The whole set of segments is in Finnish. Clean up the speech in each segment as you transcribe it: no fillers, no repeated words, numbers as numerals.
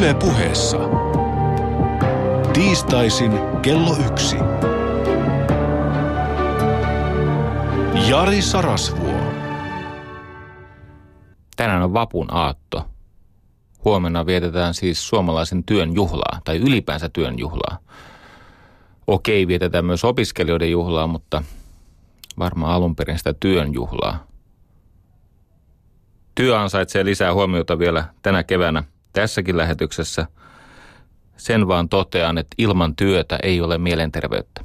Yle Puheessa. Tiistaisin kello 1. Jari Sarasvuo. Tänään on vapun aatto. Huomenna vietetään siis suomalaisen työn juhlaa, tai ylipäänsä työn juhlaa. Okei, vietetään myös opiskelijoiden juhlaa, mutta varmaan alun perin sitä työn juhlaa. Työ ansaitsee lisää huomiota vielä tänä keväänä tässäkin lähetyksessä. Sen vaan totean, että ilman työtä ei ole mielenterveyttä.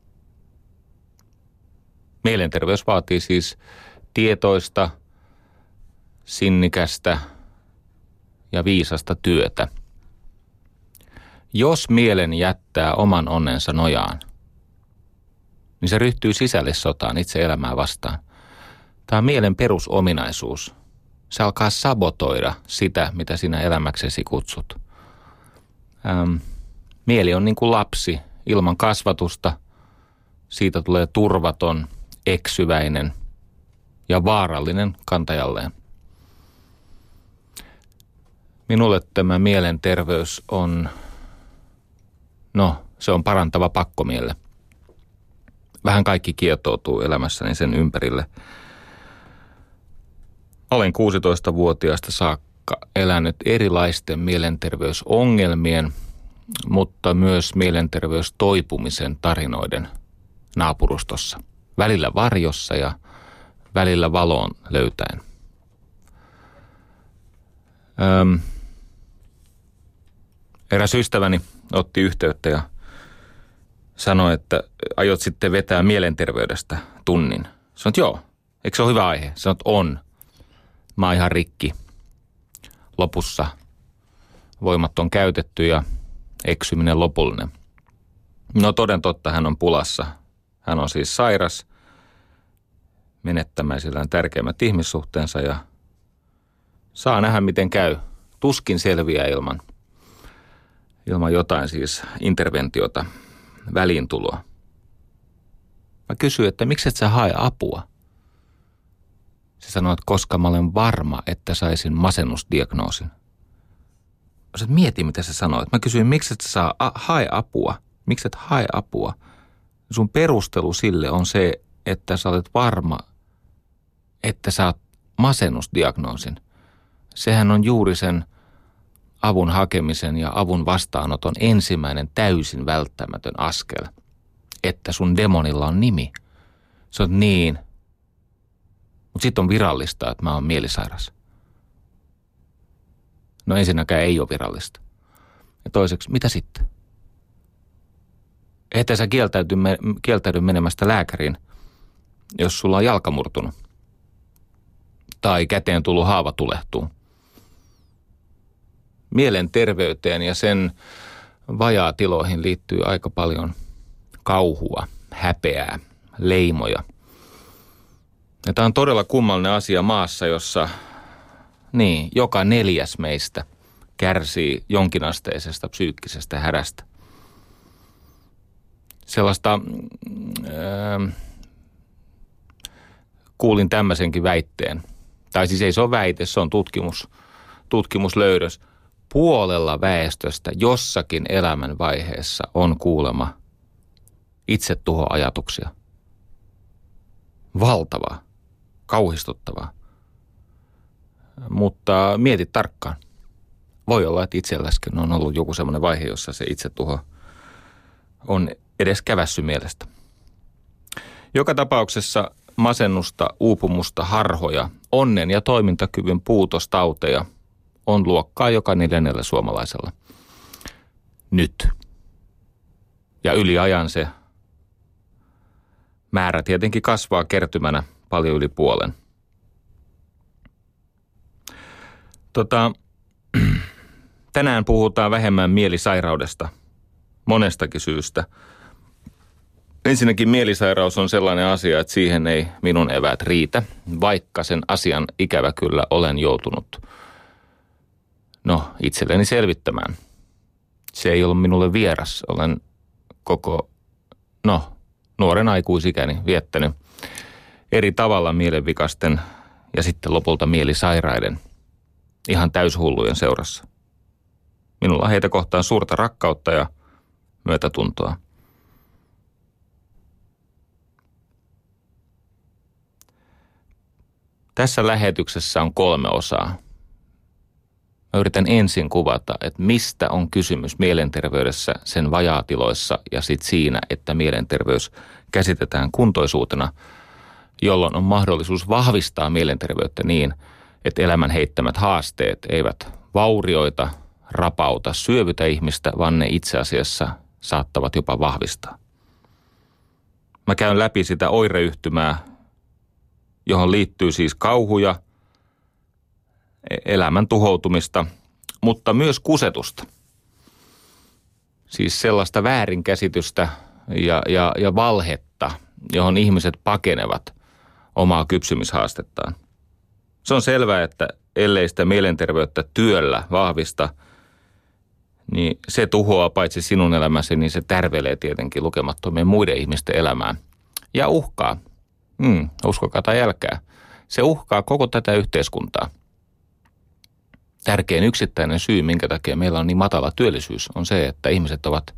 Mielenterveys vaatii siis tietoista, sinnikästä ja viisasta työtä. Jos mielen jättää oman onnensa nojaan, niin se ryhtyy sisällissotaan itse elämää vastaan. Tämä on mielen perusominaisuus. Se alkaa sabotoida sitä, mitä sinä elämäksesi kutsut. Mieli on niin kuin lapsi ilman kasvatusta. Siitä tulee turvaton, eksyväinen ja vaarallinen kantajalleen. Minulle tämä mielenterveys on, se on parantava pakkomielle. Vähän kaikki kietoutuu elämässäni sen ympärille. Olen 16-vuotiaasta saakka elänyt erilaisten mielenterveysongelmien, mutta myös mielenterveystoipumisen tarinoiden naapurustossa. Välillä varjossa ja välillä valoon löytäen. Eräs ystäväni otti yhteyttä ja sanoi, että aiot sitten vetää mielenterveydestä tunnin. Sanoin, että joo, eikö se ole hyvä aihe? Sanoin, että on. Mä oon ihan rikki. Lopussa voimat on käytetty ja eksyminen lopullinen. No toden totta, hän on pulassa. Hän on siis sairas, menettämäisillään tärkeimmät ihmissuhteensa ja saa nähdä miten käy. Tuskin selviää ilman jotain siis interventiota, väliintuloa. Mä kysyin, että miksi et sä hae apua? Se sanoi, että koska mä olen varma, että saisin masennusdiagnoosin. Mä sanoin, että mieti mitä sä sanoit. Mä kysyin, miksi et sä hae apua? Miksi et hae apua? Sun perustelu sille on se, että sä olet varma, että saat masennusdiagnoosin. Sehän on juuri sen avun hakemisen ja avun vastaanoton ensimmäinen täysin välttämätön askel, että sun demonilla on nimi. Se on niin, mutta sitten on virallista, että mä oon mielisairas. No ensinnäkään ei ole virallista. Ja toiseksi, mitä sitten? Että sä kieltäydy menemästä lääkäriin, jos sulla on jalka murtunut. Tai käteen tullut haava tulehtuu. Mielenterveyteen ja sen vajaatiloihin liittyy aika paljon kauhua, häpeää, leimoja. Ja tämä on todella kummallinen asia maassa, jossa joka 4. meistä kärsii jonkinasteisesta psyykkisestä hädästä. Sellaista, kuulin tämmöisenkin väitteen, tai siis ei se ole väite, se on tutkimuslöydös. Puolella väestöstä jossakin elämänvaiheessa on kuulema itsetuhoajatuksia. Valtavaa, kauhistuttavaa. Mutta mieti tarkkaan. Voi olla, että itselläskin on ollut joku semmoinen vaihe, jossa se itsetuho on edes kävässy mielestä. Joka tapauksessa masennusta, uupumusta, harhoja, onnen ja toimintakyvyn puutostauteja on luokkaa joka 4. suomalaisella. Nyt. Ja yli ajan se määrä tietenkin kasvaa kertymänä paljon yli puolen. Tänään puhutaan vähemmän mielisairaudesta monestakin syystä. Ensinnäkin mielisairaus on sellainen asia, että siihen ei minun eväät riitä, vaikka sen asian ikävä kyllä olen joutunut itselleni selvittämään. Se ei ollut minulle vieras. Olen koko, nuoren aikuisikäni viettänyt eri tavalla mielenvikasten ja sitten lopulta mielisairaiden ihan täyshullujen seurassa. Minulla on heitä kohtaan suurta rakkautta ja myötätuntoa. Tässä lähetyksessä on 3 osaa. Mä yritän ensin kuvata, että mistä on kysymys mielenterveydessä, sen vajaatiloissa ja sitten siinä, että mielenterveys käsitetään kuntoisuutena, jolloin on mahdollisuus vahvistaa mielenterveyttä niin, että elämän heittämät haasteet eivät vaurioita, rapauta, syövytä ihmistä, vaan ne itse asiassa saattavat jopa vahvistaa. Mä käyn läpi sitä oireyhtymää, johon liittyy siis kauhuja, elämän tuhoutumista, mutta myös kusetusta. Siis sellaista väärinkäsitystä ja valhetta, johon ihmiset pakenevat omaa kypsymishaastettaan. Se on selvää, että ellei sitä mielenterveyttä työllä vahvista, niin se tuhoaa paitsi sinun elämäsi, niin se tärvelee tietenkin lukemattomien muiden ihmisten elämään. Ja uhkaa, uskokaa tai älkää, se uhkaa koko tätä yhteiskuntaa. Tärkein yksittäinen syy, minkä takia meillä on niin matala työllisyys, on se, että ihmiset ovat,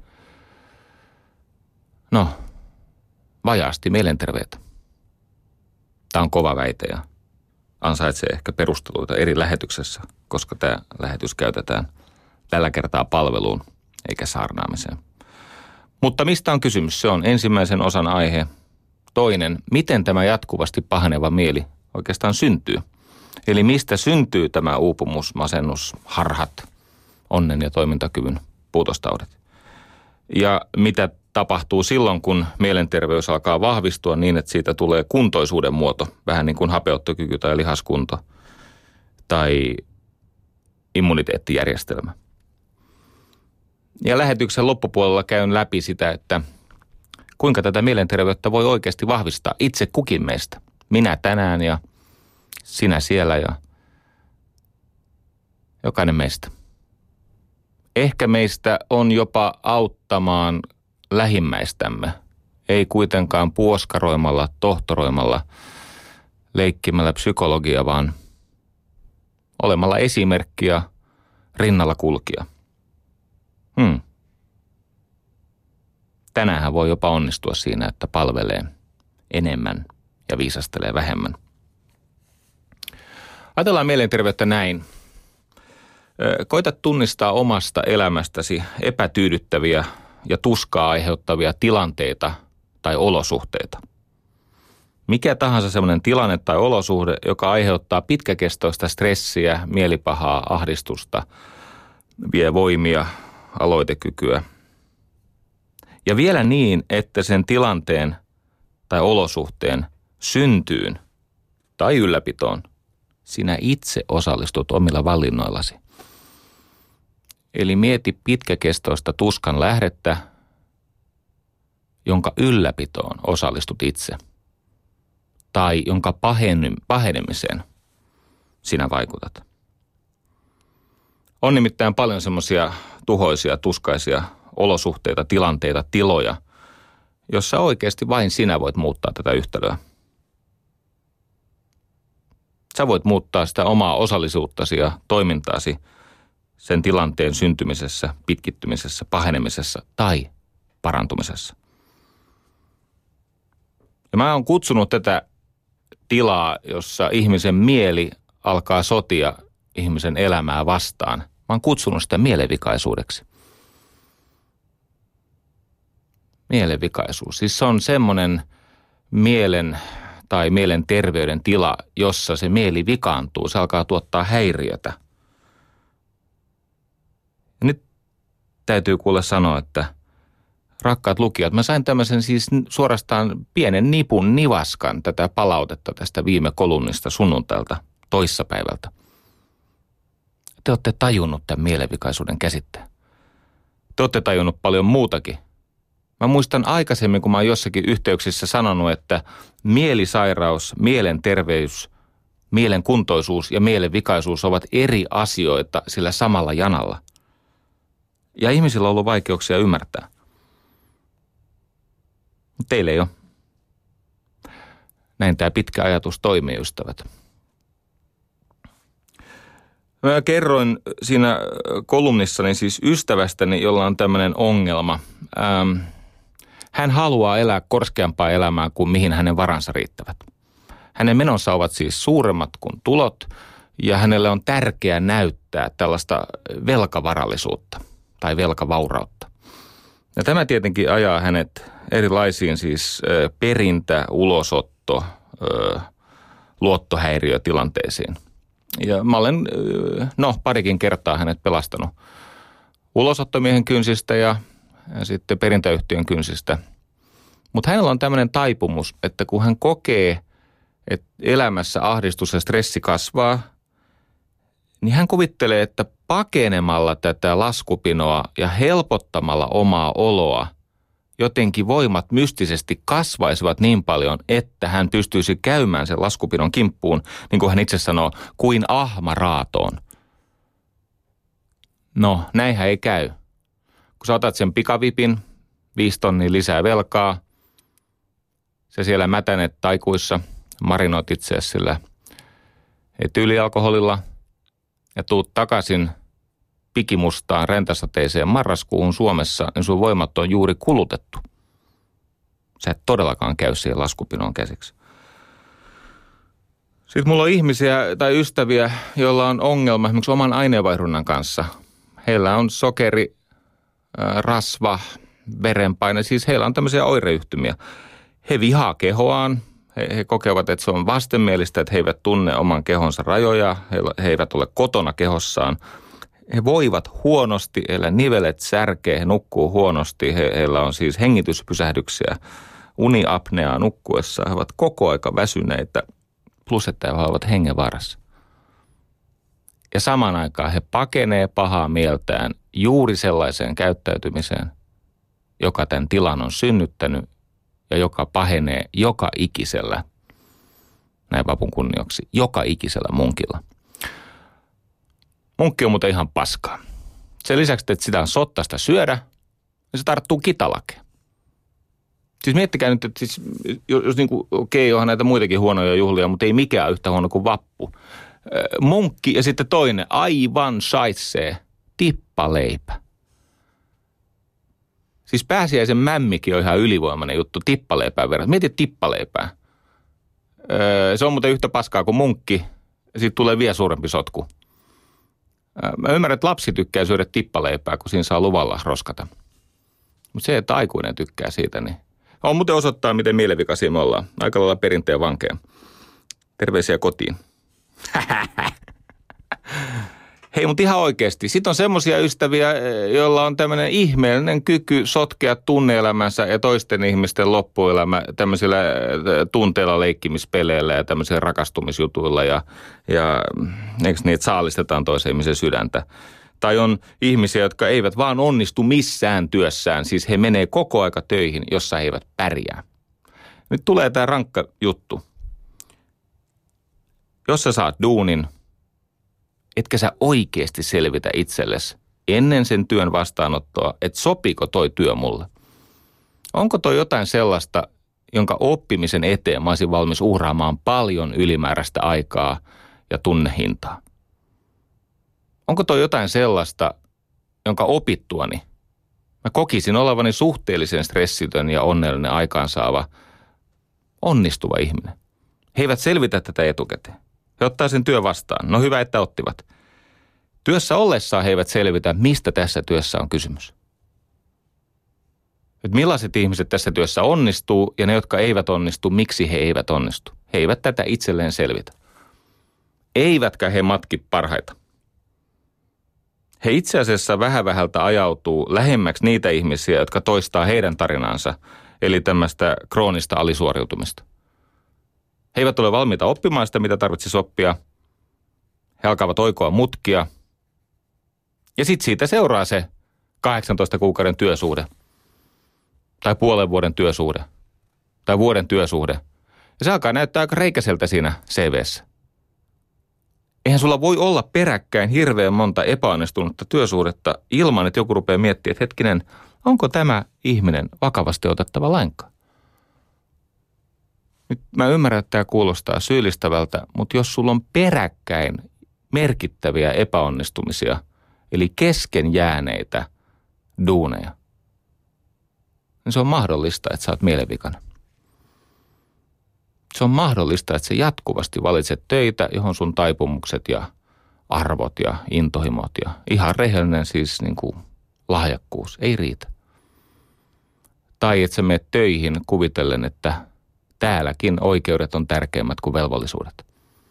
vajaasti mielenterveitä. Tämä on kova väite ja ansaitsee ehkä perusteluita eri lähetyksessä, koska tämä lähetys käytetään tällä kertaa palveluun eikä saarnaamiseen. Mutta mistä on kysymys? Se on ensimmäisen osan aihe. Toinen, miten tämä jatkuvasti paheneva mieli oikeastaan syntyy? Eli mistä syntyy tämä uupumus, masennus, harhat, onnen ja toimintakyvyn puutostaudet? Ja mitä tapahtuu silloin, kun mielenterveys alkaa vahvistua niin, että siitä tulee kuntoisuuden muoto, vähän niin kuin hapeuttokyky tai lihaskunto tai immuniteettijärjestelmä. Ja lähetyksen loppupuolella käyn läpi sitä, että kuinka tätä mielenterveyttä voi oikeasti vahvistaa itse kukin meistä. Minä tänään ja sinä siellä ja jokainen meistä. Ehkä meistä on jopa auttamaan lähimmäistämme, ei kuitenkaan puoskaroimalla, tohtoroimalla, leikkimällä psykologia, vaan olemalla esimerkki ja rinnalla kulkija. Tänäänhän voi jopa onnistua siinä, että palvelee enemmän ja viisastelee vähemmän. Ajatellaan mielenterveyttä näin. Koita tunnistaa omasta elämästäsi epätyydyttäviä ja tuskaa aiheuttavia tilanteita tai olosuhteita. Mikä tahansa sellainen tilanne tai olosuhde, joka aiheuttaa pitkäkestoista stressiä, mielipahaa, ahdistusta, vie voimia, aloitekykyä. Ja vielä niin, että sen tilanteen tai olosuhteen syntyyn tai ylläpitoon sinä itse osallistut omilla valinnoillasi. Eli mieti pitkäkestoista tuskan lähdettä, jonka ylläpitoon osallistut itse. Tai jonka pahenemiseen sinä vaikutat. On nimittäin paljon semmoisia tuhoisia, tuskaisia olosuhteita, tilanteita, tiloja, jossa oikeasti vain sinä voit muuttaa tätä yhtälöä. Sä voit muuttaa sitä omaa osallisuuttasi ja toimintaasi sen tilanteen syntymisessä, pitkittymisessä, pahenemisessa tai parantumisessa. Ja mä oon kutsunut tätä tilaa, jossa ihmisen mieli alkaa sotia ihmisen elämää vastaan. Mä oon kutsunut sitä mielenvikaisuudeksi. Mielenvikaisuus. Siis se on semmoinen mielen tai mielenterveyden tila, jossa se mieli vikaantuu. Se alkaa tuottaa häiriötä. Ja nyt täytyy kuulla sanoa, että rakkaat lukijat, mä sain tämmöisen siis suorastaan pienen nipun nivaskan tätä palautetta tästä viime kolumnista sunnuntailta toissapäivältä. Te olette tajunnut tämän mielenvikaisuuden käsitteen. Te olette tajunnut paljon muutakin. Mä muistan aikaisemmin, kun mä oon jossakin yhteyksissä sanonut, että mielisairaus, mielenterveys, mielenkuntoisuus ja mielenvikaisuus ovat eri asioita sillä samalla janalla. Ja ihmisillä on ollut vaikeuksia ymmärtää. Teille ei ole. Näin tämä pitkä ajatus toimii, ystävät. Mä kerroin siinä kolumnissani siis ystävästäni, jolla on tämmöinen ongelma. Hän haluaa elää korskeampaa elämää kuin mihin hänen varansa riittävät. Hänen menonsa ovat siis suuremmat kuin tulot ja hänelle on tärkeää näyttää tällaista velkavarallisuutta tai velkavaurautta. Ja tämä tietenkin ajaa hänet erilaisiin siis perintä, ulosotto, luottohäiriötilanteisiin. Ja mä olen, parikin kertaa hänet pelastanut ulosottomiehen kynsistä ja sitten perintäyhtiön kynsistä. Mutta hänellä on tämmöinen taipumus, että kun hän kokee, että elämässä ahdistus ja stressi kasvaa, niin hän kuvittelee, että pakenemalla tätä laskupinoa ja helpottamalla omaa oloa jotenkin voimat mystisesti kasvaisivat niin paljon, että hän pystyisi käymään sen laskupinon kimppuun, niin kuin hän itse sanoo, kuin ahma raatoon. No, näinhän ei käy. Kun sä otat sen pikavipin, 5 tonnia lisää velkaa, sä siellä mätänet taikuissa, marinoit itseäsi sillä etyylialkoholilla ja tuut takaisin pikimustaan rentasateiseen marraskuuhun Suomessa, niin sun voimat on juuri kulutettu. Sä et todellakaan käy siihen laskupinoon käsiksi. Sitten mulla on ihmisiä tai ystäviä, joilla on ongelma esimerkiksi oman aineenvaihdunnan kanssa. Heillä on sokeri, rasva, verenpaine, siis heillä on tämmöisiä oireyhtymiä. He vihaa kehoaan, he kokevat, että se on vastenmielistä, että he eivät tunne oman kehonsa rajoja, he eivät ole kotona kehossaan. He voivat huonosti, heillä nivelet särkee, he nukkuu huonosti, heillä on siis hengityspysähdyksiä, uniapneaa nukkuessa, he ovat koko aika väsyneitä, plus että he ovat hengenvaarassa. Ja samaan aikaan he pakenee pahaa mieltään juuri sellaiseen käyttäytymiseen, joka tämän tilan on synnyttänyt ja joka pahenee joka ikisellä, näin vapun kunniaksi, joka ikisellä munkilla. Munkki on muuten ihan paskaa. Sen lisäksi, että sitä on sottaista syödä, niin se tarttuu kitalakeen. Siis miettikää nyt, että siis, jos niin kuin, onhan näitä muitakin huonoja juhlia, mutta ei mikään yhtä huono kuin vappu. Munkki ja sitten toinen, aivan saitsee, tippaleipä. Siis pääsiäisen mämmikin on ihan ylivoimainen juttu tippaleipään verran. Mieti tippaleipää. Se on muuten yhtä paskaa kuin munkki ja siitä tulee vielä suurempi sotku. Mä ymmärrän, että lapsi tykkää syödä tippaleipää, kun siinä saa luvalla roskata. Mutta se, että aikuinen tykkää siitä, niin on muuten osoittaa, miten mielenvikaisia me ollaan. Aika lailla perinteen vankeja. Terveisiä kotiin. Hei, mutta ihan oikeasti. Sitten on semmoisia ystäviä, joilla on tämmöinen ihmeellinen kyky sotkea tunneelämänsä ja toisten ihmisten loppuelämä tämmöisillä tunteilla leikkimispeleillä ja tämmöisillä rakastumisjutuilla ja eikö niitä saalistetaan toisen ihmisen sydäntä. Tai on ihmisiä, jotka eivät vaan onnistu missään työssään, siis he menee koko aika töihin, jossa he eivät pärjää. Nyt tulee tämä rankka juttu. Jos sä saat duunin, etkä sä oikeasti selvitä itsellesi ennen sen työn vastaanottoa, että sopiiko toi työ mulle. Onko toi jotain sellaista, jonka oppimisen eteen mä olisin valmis uhraamaan paljon ylimääräistä aikaa ja tunnehintaa? Onko toi jotain sellaista, jonka opittuani mä kokisin olevani suhteellisen stressitön ja onnellinen aikaansaava, onnistuva ihminen? He eivät selvitä tätä etukäteen. He ottaa sen työ vastaan. No hyvä, että ottivat. Työssä ollessaan he eivät selvitä, mistä tässä työssä on kysymys. Että millaiset ihmiset tässä työssä onnistuu ja ne, jotka eivät onnistu, miksi he eivät onnistu. He eivät tätä itselleen selvitä. Eivätkä he matki parhaita. He itse asiassa vähältä ajautuu lähemmäksi niitä ihmisiä, jotka toistaa heidän tarinansa, eli tämmöistä kroonista alisuoriutumista. He eivät ole valmiita oppimaan sitä, mitä tarvitsisi oppia. He alkavat oikoa mutkia. Ja sitten siitä seuraa se 18 kuukauden työsuhde. Tai puolen vuoden työsuhde. Tai vuoden työsuhde. Ja se alkaa näyttää aika reikäseltä siinä CV:ssä. Eihän sulla voi olla peräkkäin hirveän monta epäonnistunutta työsuhdetta ilman, että joku rupeaa miettimään, että hetkinen, onko tämä ihminen vakavasti otettava lainkaan? Nyt mä ymmärrän, että tämä kuulostaa syyllistävältä, mutta jos sulla on peräkkäin merkittäviä epäonnistumisia, eli kesken jääneitä duuneja, niin se on mahdollista, että sä oot mielenvikainen. Se on mahdollista, että sä jatkuvasti valitset töitä, johon sun taipumukset ja arvot ja intohimot ja ihan rehellinen siis niin kuin lahjakkuus ei riitä. Tai että sä menet töihin kuvitellen, että täälläkin oikeudet on tärkeimmät kuin velvollisuudet.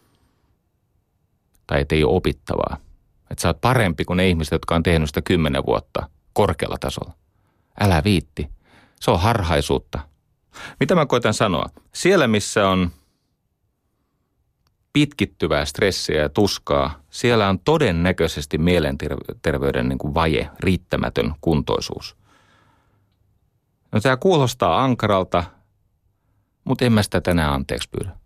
Tai että ei ole opittavaa. Että sä oot parempi kuin ne ihmiset, jotka on tehnyt sitä 10 vuotta korkealla tasolla. Älä viitti. Se on harhaisuutta. Mitä mä koitan sanoa? Siellä, missä on pitkittyvää stressiä ja tuskaa, siellä on todennäköisesti mielenterveyden niin kuin vaje, riittämätön kuntoisuus. No tämä kuulostaa ankaralta, mutta en mä sitä tänään anteeksi pyydä.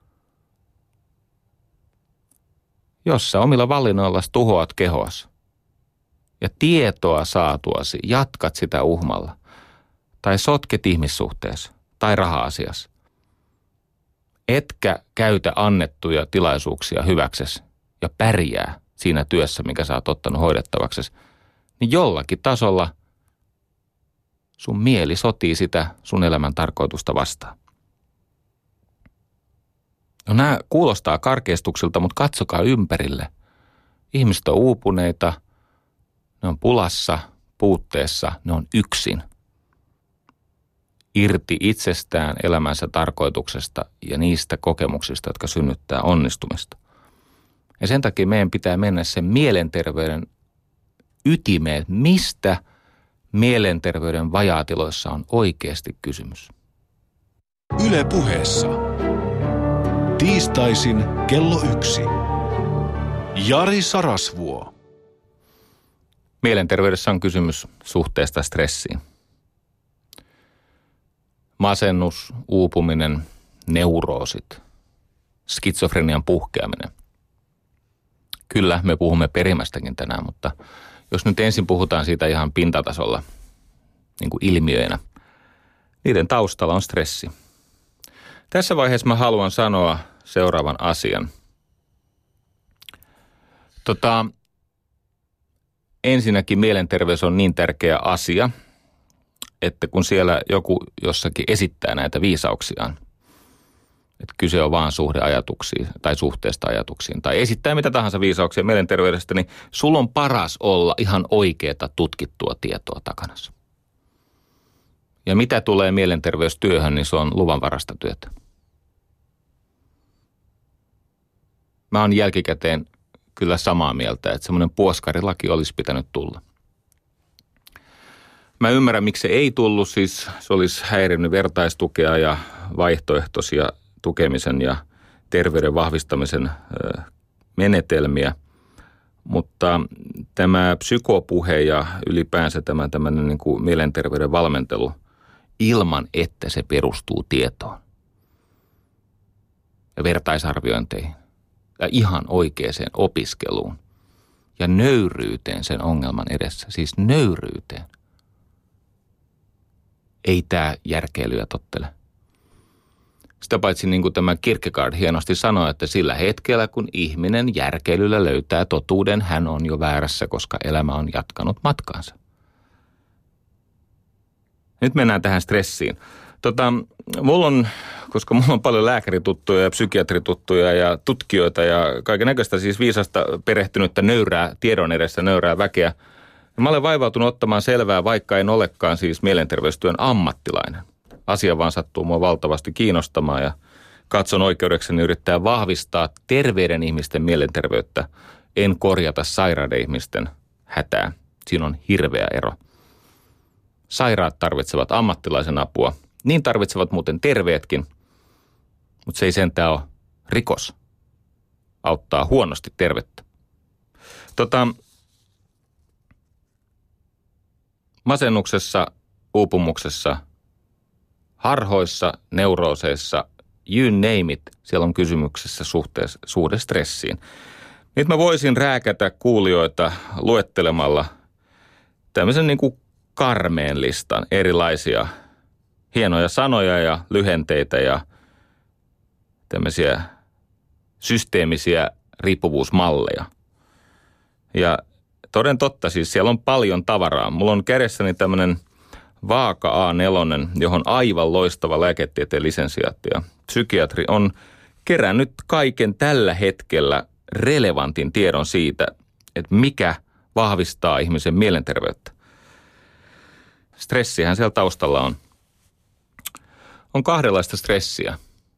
Jos sä omilla valinnoillasi tuhoat kehoas ja tietoa saatuasi jatkat sitä uhmalla tai sotket ihmissuhteessa tai raha-asiassa, etkä käytä annettuja tilaisuuksia hyväksesi ja pärjää siinä työssä, mikä sä oot ottanut hoidettavaksesi, niin jollakin tasolla sun mieli sotii sitä sun elämän tarkoitusta vastaan. No nämä kuulostaa karkeistuksilta, mutta katsokaa ympärille. Ihmiset on uupuneita, ne on pulassa, puutteessa, ne on yksin. Irti itsestään, elämänsä tarkoituksesta ja niistä kokemuksista, jotka synnyttää onnistumista. Ja sen takia meidän pitää mennä sen mielenterveyden ytimeen, mistä mielenterveyden vajaatiloissa on oikeasti kysymys. Yle Puheessa. Tiistaisin kello 1. Jari Sarasvuo. Mielenterveydessä on kysymys suhteesta stressiin. Masennus, uupuminen, neuroosit, skitsofrenian puhkeaminen. Kyllä, me puhumme perimästäkin tänään, mutta jos nyt ensin puhutaan siitä ihan pintatasolla, niin kuin ilmiöinä, niiden taustalla on stressi. Tässä vaiheessa mä haluan sanoa seuraavan asian. Ensinnäkin mielenterveys on niin tärkeä asia, että kun siellä joku jossakin esittää näitä viisauksiaan, että kyse on vaan suhdeajatuksiin tai suhteesta ajatuksiin, tai esittää mitä tahansa viisauksia mielenterveydestä, niin sulla on paras olla ihan oikeaa tutkittua tietoa takanassa. Ja mitä tulee mielenterveystyöhön, niin se on luvanvarasta työtä. Mä oon jälkikäteen kyllä samaa mieltä, että semmoinen puoskarilaki olisi pitänyt tulla. Mä ymmärrän, miksi se ei tullut, siis se olisi häirinnyt vertaistukea ja vaihtoehtoisia tukemisen ja terveyden vahvistamisen menetelmiä, mutta tämä psykopuhe ja ylipäänsä tämmöinen niin kuin mielenterveyden valmentelu ilman, että se perustuu tietoon ja vertaisarviointeihin ja ihan oikeaan opiskeluun ja nöyryyteen sen ongelman edessä, siis nöyryyteen. Ei tämä järkeilyä tottele. Sitä paitsi niin kuin tämä Kierkegaard hienosti sanoi, että sillä hetkellä, kun ihminen järkeilyllä löytää totuuden, hän on jo väärässä, koska elämä on jatkanut matkaansa. Nyt mennään tähän stressiin. Koska mulla on paljon lääkärituttuja ja psykiatrituttuja ja tutkijoita ja kaikennäköistä siis viisasta perehtynyttä nöyrää, tiedon edessä nöyrää väkeä. Ja mä olen vaivautunut ottamaan selvää, vaikka en olekaan siis mielenterveystyön ammattilainen. Asia vaan sattuu mua valtavasti kiinnostamaan ja katson oikeudekseni yrittää vahvistaa terveiden ihmisten mielenterveyttä, en korjata sairaiden ihmisten hätää. Siinä on hirveä ero. Sairaat tarvitsevat ammattilaisen apua. Niin tarvitsevat muuten terveetkin, mutta se ei sentään ole rikos auttaa huonosti tervettä. Masennuksessa, uupumuksessa, harhoissa, neurooseissa, you name it, siellä on kysymyksessä suhde stressiin. Nyt mä voisin rääkätä kuulijoita luettelemalla tämmöisen niin kuin karmeen listan erilaisia hienoja sanoja ja lyhenteitä ja tämmöisiä systeemisiä riippuvuusmalleja. Ja toden totta, siis siellä on paljon tavaraa. Mulla on kädessäni tämmöinen Vaaka A4, johon aivan loistava lääketieteen lisensiaatti ja psykiatri on kerännyt kaiken tällä hetkellä relevantin tiedon siitä, että mikä vahvistaa ihmisen mielenterveyttä. Stressihän siellä taustalla on. On kahdenlaista stressiä.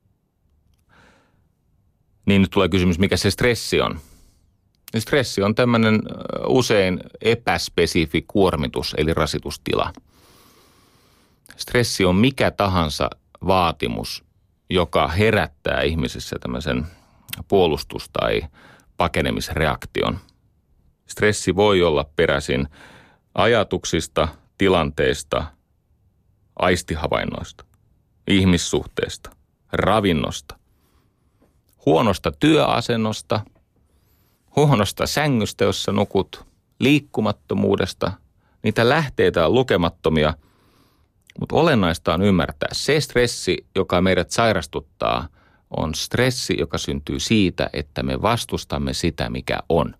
Niin nyt tulee kysymys, mikä se stressi on. Stressi on tämmöinen usein epäspesifi kuormitus, eli rasitustila. Stressi on mikä tahansa vaatimus, joka herättää ihmisessä tämmöisen puolustus- tai pakenemisreaktion. Stressi voi olla peräisin ajatuksista, tilanteista, aistihavainnoista, ihmissuhteista, ravinnosta, huonosta työasennosta, huonosta sängystä, jossa nukut, liikkumattomuudesta. Niitä lähteitä on lukemattomia, mutta olennaista on ymmärtää. Se stressi, joka meidät sairastuttaa, on stressi, joka syntyy siitä, että me vastustamme sitä, mikä on.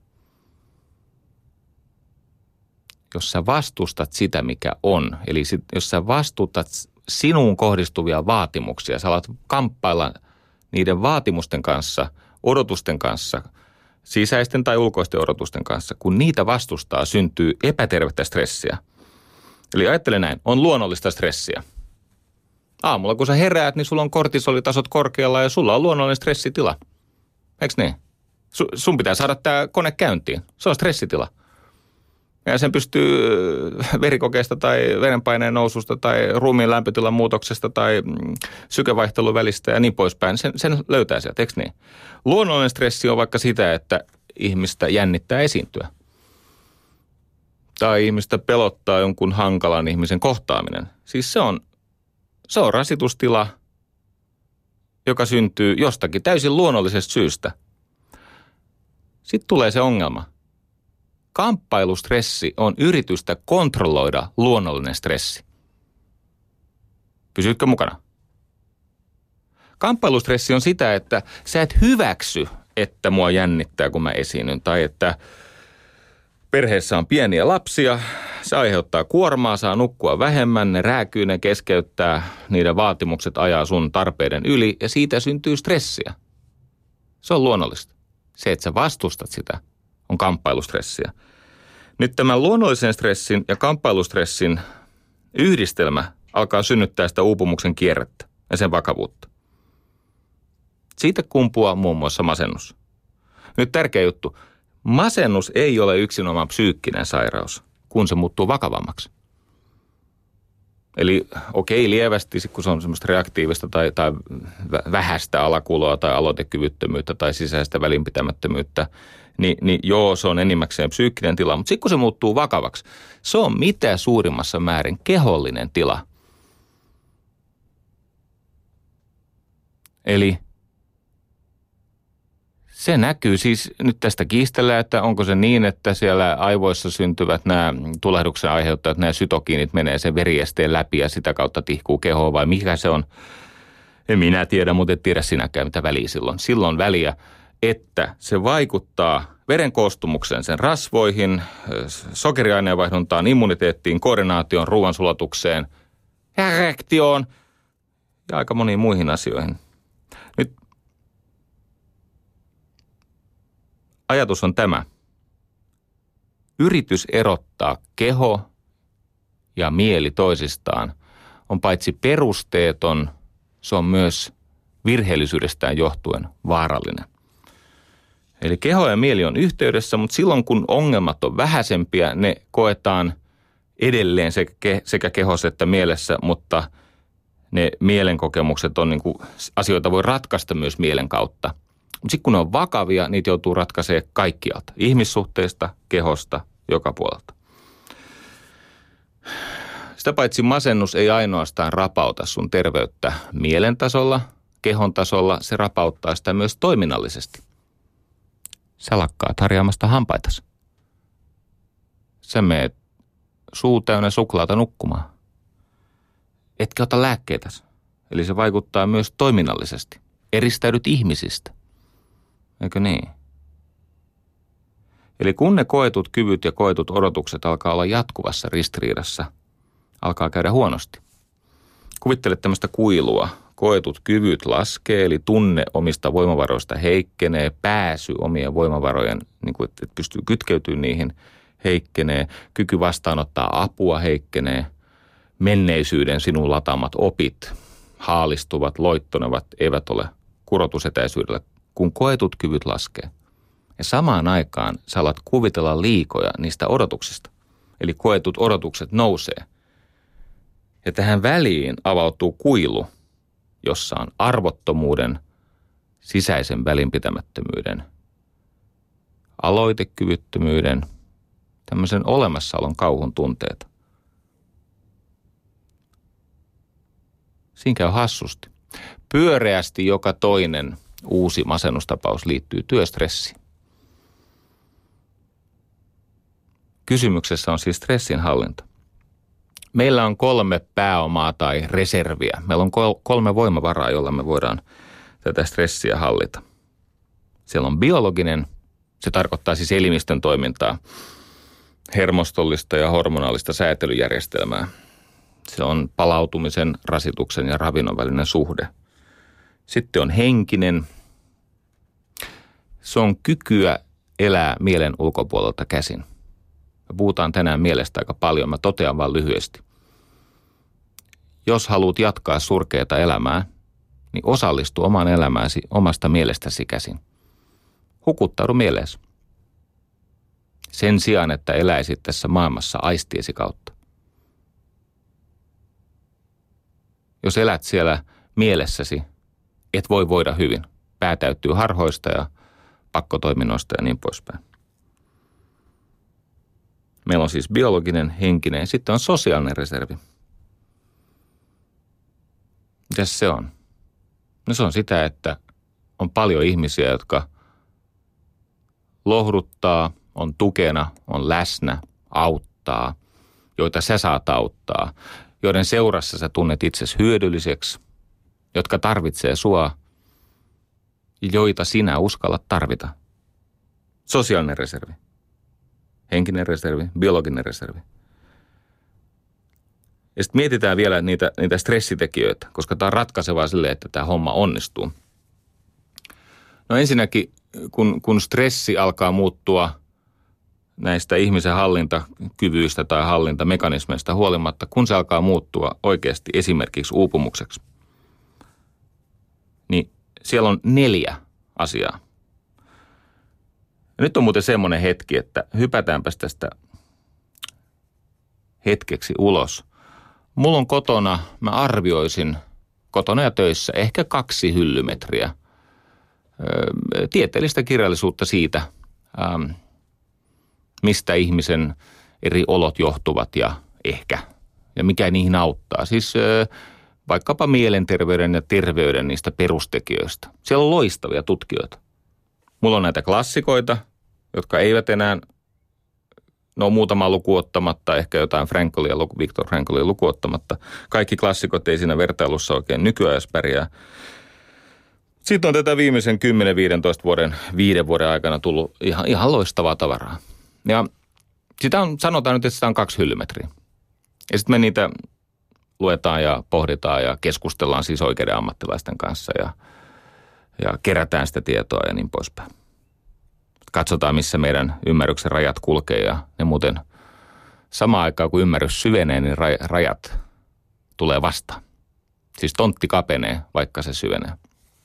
Jos sä vastustat sitä, mikä on, eli jos sä vastustat sinuun kohdistuvia vaatimuksia, sä alat kamppailla niiden vaatimusten kanssa, odotusten kanssa, sisäisten tai ulkoisten odotusten kanssa, kun niitä vastustaa, syntyy epätervettä stressiä. Eli ajattele näin, on luonnollista stressiä. Aamulla kun sä heräät, niin sulla on kortisolitasot korkealla ja sulla on luonnollinen stressitila. Eikö niin? Sun pitää saada tämä kone käyntiin. Se on stressitila. Ja sen pystyy verikokeesta tai verenpaineen noususta tai ruumiin lämpötilan muutoksesta tai sykevaihtelun välistä ja niin poispäin. Sen löytää sieltä, eikö niin? Luonnollinen stressi on vaikka sitä, että ihmistä jännittää esiintyä. Tai ihmistä pelottaa jonkun hankalan ihmisen kohtaaminen. Siis se on rasitustila, joka syntyy jostakin täysin luonnollisesta syystä. Sitten tulee se ongelma. Kamppailustressi on yritystä kontrolloida luonnollinen stressi. Pysytkö mukana? Kamppailustressi on sitä, että sä et hyväksy, että mua jännittää, kun mä esiinnyn. Tai että perheessä on pieniä lapsia, se aiheuttaa kuormaa, saa nukkua vähemmän, ne rääkyy, ne keskeyttää, niiden vaatimukset ajaa sun tarpeiden yli ja siitä syntyy stressiä. Se on luonnollista. Se, että sä vastustat sitä, on kamppailustressiä. Nyt tämän luonnollisen stressin ja kamppailustressin yhdistelmä alkaa synnyttää sitä uupumuksen kierrettä ja sen vakavuutta. Siitä kumpuaa muun muassa masennus. Nyt tärkeä juttu. Masennus ei ole yksinomaan psyykkinen sairaus, kun se muuttuu vakavammaksi. Eli lievästi, kun se on semmoista reaktiivista tai vähäistä alakuloa tai aloitekyvyttömyyttä tai sisäistä välinpitämättömyyttä, niin joo, se on enimmäkseen psyykkinen tila. Mutta sitten kun se muuttuu vakavaksi, se on mitä suurimmassa määrin kehollinen tila. Eli se näkyy siis, nyt tästä kiistellään, että onko se niin, että siellä aivoissa syntyvät nämä tulehduksen aiheuttajat, nämä sytokiinit menee sen veriesteen läpi ja sitä kautta tihkuu kehoa vai mikä se on. En minä tiedä, mutta et tiedä sinäkään mitä väliä silloin. Silloin väliä, että se vaikuttaa veren koostumukseen, sen rasvoihin, sokeriaineenvaihduntaan, immuniteettiin, koordinaatioon, ruoansulatukseen, erektioon ja aika moniin muihin asioihin. Nyt ajatus on tämä. Yritys erottaa keho ja mieli toisistaan on paitsi perusteeton, se on myös virheellisyydestään johtuen vaarallinen. Eli keho ja mieli on yhteydessä, mutta silloin kun ongelmat on vähäisempiä, ne koetaan edelleen sekä kehossa että mielessä, mutta ne mielenkokemukset on asioita voi ratkaista myös mielen kautta. Mutta sitten kun ne on vakavia, niitä joutuu ratkaisemaan kaikkialta. Ihmissuhteista, kehosta, joka puolelta. Sitä paitsi masennus ei ainoastaan rapauta sun terveyttä mielen tasolla, kehon tasolla, se rapauttaa sitä myös toiminnallisesti. Sä lakkaat harjaamasta hampaitas. Sä meet suu täynnä suklaata nukkumaan. Etkä ota lääkkeitäsi. Eli se vaikuttaa myös toiminnallisesti. Eristäydyt ihmisistä. Eikö niin? Eli kun ne koetut kyvyt ja koetut odotukset alkaa olla jatkuvassa ristiriidassa, alkaa käydä huonosti. Kuvittele tämmöistä kuilua. Koetut kyvyt laskee, eli tunne omista voimavaroista heikkenee, pääsy omien voimavarojen, niin kuin, että pystyy kytkeytymään niihin, heikkenee, kyky vastaanottaa apua heikkenee, menneisyyden sinun lataamat opit haalistuvat, loittonevat, eivät ole kurotusetäisyydellä, kun koetut kyvyt laskee. Ja samaan aikaan sä alat kuvitella liikoja niistä odotuksista, eli koetut odotukset nousee. Ja tähän väliin avautuu kuilu, jossa on arvottomuuden, sisäisen välinpitämättömyyden, aloitekyvyttömyyden, tämmöisen olemassaolon kauhun tunteet. Siinä käy hassusti. Pyöreästi joka toinen uusi masennustapaus liittyy työstressiin. Kysymyksessä on siis stressin hallinta. Meillä on 3 pääomaa tai reserviä. Meillä on 3 voimavaraa, jolla me voidaan tätä stressiä hallita. Siellä on biologinen, se tarkoittaa siis elimistön toimintaa, hermostollista ja hormonaalista säätelyjärjestelmää. Se on palautumisen, rasituksen ja ravinnon välinen suhde. Sitten on henkinen. Se on kykyä elää mielen ulkopuolelta käsin. Me puhutaan tänään mielestä aika paljon, mä totean vaan lyhyesti. Jos haluat jatkaa surkeata elämää, niin osallistu omaan elämääsi omasta mielestäsi käsin. Hukuttaudu mieleesi. Sen sijaan, että eläisit tässä maailmassa aistiesi kautta. Jos elät siellä mielessäsi, et voi voida hyvin. Pää täyttyy harhoista ja pakkotoiminnoista ja niin poispäin. Meillä on siis biologinen, henkinen ja sitten on sosiaalinen reservi. Mitäs se on? No se on sitä, että on paljon ihmisiä, jotka lohduttaa, on tukena, on läsnä, auttaa, joita sä saat auttaa, joiden seurassa sä tunnet itsesi hyödylliseksi, jotka tarvitsee sua ja joita sinä uskallat tarvita. Sosiaalinen reservi. Henkinen reservi, biologinen reservi. Ja sitten mietitään vielä niitä stressitekijöitä, koska tämä on ratkaisevaa sille, että tämä homma onnistuu. No ensinnäkin, kun stressi alkaa muuttua näistä ihmisen hallintakyvyistä tai hallintamekanismeista huolimatta, kun se alkaa muuttua oikeasti esimerkiksi uupumukseksi, niin siellä on 4 asiaa. Ja nyt on muuten semmoinen hetki, että hypätäänpäs tästä hetkeksi ulos. Mulla on kotona, mä arvioisin kotona ja töissä ehkä 2 hyllymetriä tieteellistä kirjallisuutta siitä, mistä ihmisen eri olot johtuvat ja mikä niihin auttaa. Siis vaikkapa mielenterveyden ja terveyden niistä perustekijöistä. Siellä on loistavia tutkijoita. Mulla on näitä klassikoita, jotka eivät enää, no muutama luku ottamatta, ehkä jotain Viktor Frankolia luku ottamatta. Kaikki klassikot ei siinä vertailussa oikein nykyajassa pärjää. Sitten on tätä viimeisen 10-15 5 vuoden aikana tullut ihan loistavaa tavaraa. Ja sitä on, sanotaan nyt, että sitä on 2 hyllymetriä. Ja sitten me niitä luetaan ja pohditaan ja keskustellaan siis oikeiden ammattilaisten kanssa ja kerätään sitä tietoa ja niin poispäin. Katsotaan, missä meidän ymmärryksen rajat kulkee ja ne muuten samaan aikaan, kun ymmärrys syvenee, niin rajat tulee vastaan. Siis tontti kapenee, vaikka se syvenee.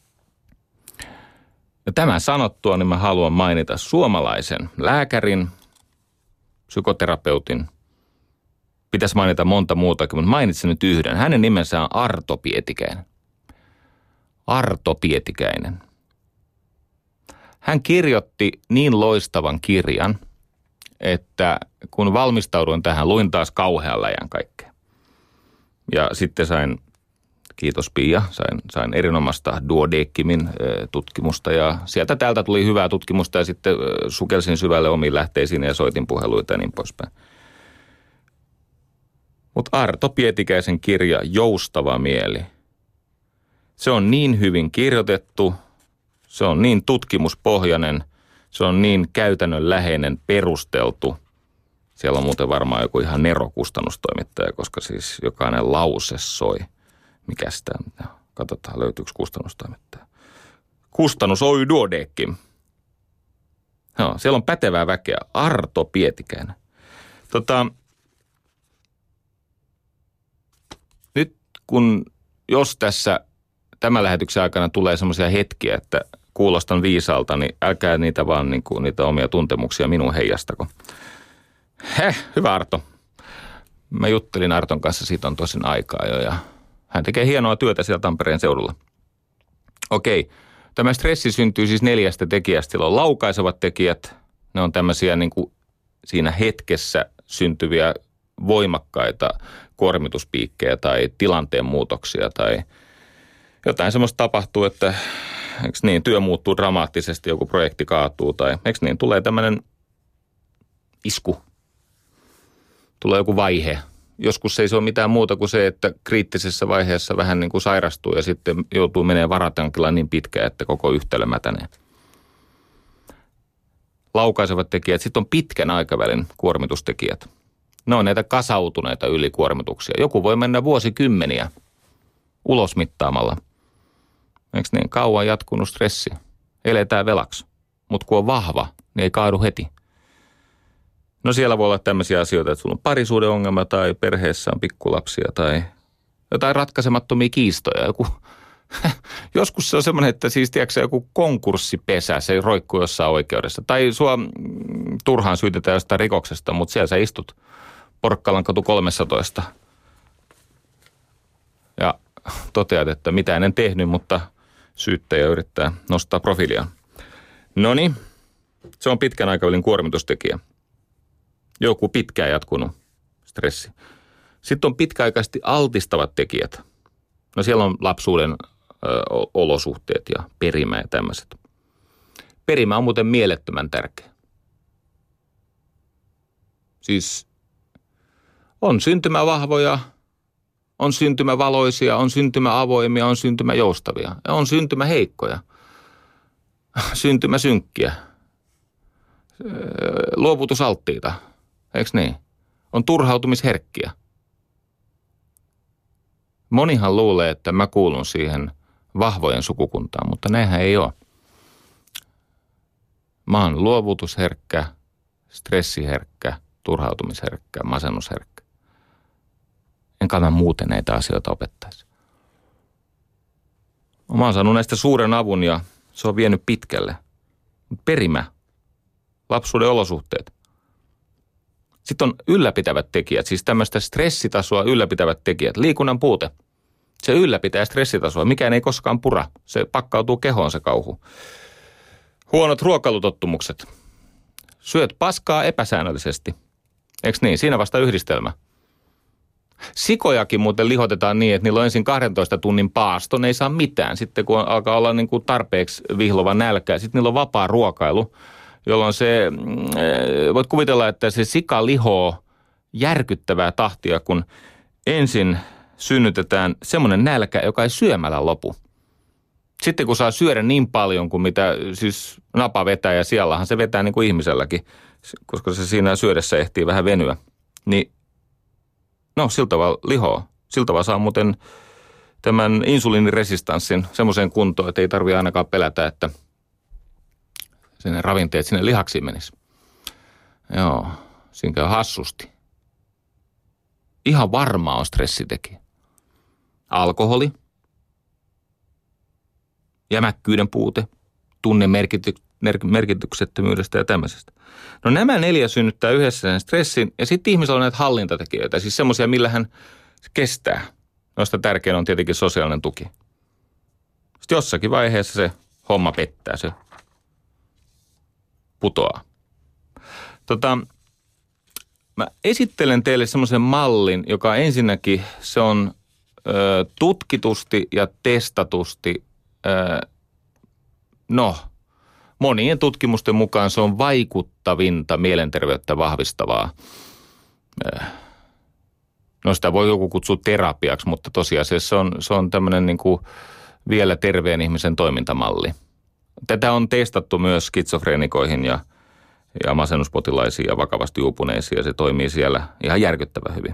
Ja tämän sanottua, niin mä haluan mainita suomalaisen lääkärin, psykoterapeutin. Pitäisi mainita monta muutakin, mutta mainitsen nyt yhden. Hänen nimensä on Arto Pietikäinen. Arto Pietikäinen. Hän kirjoitti niin loistavan kirjan, että kun valmistauduin tähän, luin taas kauhean läjän kaikkea. Ja sitten kiitos Pia, sain erinomaista duodeckimin tutkimusta ja sieltä täältä tuli hyvää tutkimusta ja sitten sukelsin syvälle omiin lähteisiin ja soitin puheluita ja niin poispäin. Mutta Arto Pietikäisen kirja Joustava mieli. Se on niin hyvin kirjoitettu, se on niin tutkimuspohjainen, Se on niin käytännönläheinen, perusteltu. Siellä on muuten varmaan joku ihan nerokustannustoimittaja, koska siis jokainen lause soi. Mikäs tämä? Katsotaan, löytyykö kustannustoimittaja. Kustannus Oy Duodeckim. No, siellä on pätevää väkeä. Arto Pietikäinen. Nyt jos tässä tämän lähetyksen aikana tulee semmoisia hetkiä, että kuulostan viisaalta, niin älkää niitä vaan niitä omia tuntemuksia minun heijastako. Hyvä Arto. Mä juttelin Arton kanssa, siitä on tosin aikaa jo ja hän tekee hienoa työtä siellä Tampereen seudulla. Okei, tämä stressi syntyy siis 4 tekijästä. Sillä on laukaisevat tekijät, ne on tämmöisiä siinä hetkessä syntyviä voimakkaita kuormituspiikkejä tai tilanteen muutoksia tai jotain semmoista tapahtuu, että eikö niin, työ muuttuu dramaattisesti, joku projekti kaatuu tai eikö niin, tulee tämmöinen isku, tulee joku vaihe. Joskus ei se ole mitään muuta kuin se, että kriittisessä vaiheessa vähän niin kuin sairastuu ja sitten joutuu menemään varatankilla niin pitkään, että koko yhtälö mätänee. Laukaisevat tekijät, sitten on pitkän aikavälin kuormitustekijät. Ne on näitä kasautuneita ylikuormituksia. Joku voi mennä vuosikymmeniä ulosmittaamalla. Eikö niin? Kauan jatkunut stressi. Eletään velaksi. Mutta kun on vahva, niin ei kaadu heti. No siellä voi olla tämmöisiä asioita, että sulla on parisuuden ongelma tai perheessä on pikkulapsia tai jotain ratkaisemattomia kiistoja. Joskus se on semmoinen, että siis tiedätkö joku konkurssipesä, se roikkuu jossain oikeudessa. Tai sua turhaan syytetään jostain rikoksesta, mutta siellä sä istut Porkkalankatu 13. Ja toteat, että mitään en tehnyt, mutta syyttäjä yrittää nostaa profiiliaan. Noniin, se on pitkän aikavälin kuormitustekijä. Joku pitkään jatkunut stressi. Sitten on pitkäaikaisesti altistavat tekijät. No siellä on lapsuuden olosuhteet ja perimä ja tämmöiset. Perimä on muuten mielettömän tärkeä. Siis on syntymävahvoja, on syntymävaloisia, on syntymäavoimia, on syntymäjoustavia ja on syntymäheikkoja, syntymäsynkkiä, luovutusalttiita, eikö niin? On turhautumisherkkiä. Monihan luulee, että mä kuulun siihen vahvojen sukukuntaan, mutta näinhän ei ole. Mä oon luovutusherkkä, stressiherkkä, turhautumisherkkä, masennusherkkä. Enkä mä muuten näitä asioita opettaisi. Mä oon saanut näistä suuren avun ja se on vienyt pitkälle. Perimä, lapsuuden olosuhteet. Sitten on ylläpitävät tekijät, siis tämmöistä stressitasoa ylläpitävät tekijät. Liikunnan puute, se ylläpitää stressitasoa. Mikään ei koskaan pura, se pakkautuu kehoon se kauhu. Huonot ruokailutottumukset. Syöt paskaa epäsäännöllisesti. Eikö niin? Siinä vasta yhdistelmä. Sikojakin muuten lihotetaan niin, että niillä on ensin 12 tunnin paasto, ne ei saa mitään. Sitten kun alkaa olla niin kuin tarpeeksi vihlova nälkä, sitten niillä on vapaa ruokailu, jolloin se, voit kuvitella, että se sika lihoo järkyttävää tahtia, kun ensin synnytetään semmoinen nälkä, joka ei syömällä lopu. Sitten kun saa syödä niin paljon kuin mitä siis napa vetää ja siellähän se vetää niin kuin ihmiselläkin, koska se siinä syödessä ehtii vähän venyä, niin no sillä tavalla lihoo. Sillä tavalla saa muuten tämän insuliiniresistanssin semmoiseen kuntoon, että ei tarvitse ainakaan pelätä, että sinne ravinteet sinne lihaksiin menisi. Joo, siinä käy hassusti. Ihan varmaa on stressitekijä. Alkoholi, jämäkkyyden puute, tunnemerkityksettömyydestä ja tämmöisestä. No nämä 4 synnyttää yhdessä sen stressin ja sitten ihmisellä on näitä hallintatekijöitä, siis semmoisia, millä hän kestää. Noista tärkein on tietenkin sosiaalinen tuki. Sitten jossakin vaiheessa se homma pettää, se putoaa. Mä esittelen teille semmoisen mallin, joka ensinnäkin se on tutkitusti ja testatusti, monien tutkimusten mukaan se on vaikuttavinta mielenterveyttä vahvistavaa. No sitä voi joku kutsua terapiaksi, mutta tosiasiassa se on tämmöinen niin kuin vielä terveen ihmisen toimintamalli. Tätä on testattu myös skitsofreenikoihin ja masennuspotilaisiin ja vakavasti uupuneisiin ja se toimii siellä ihan järkyttävän hyvin.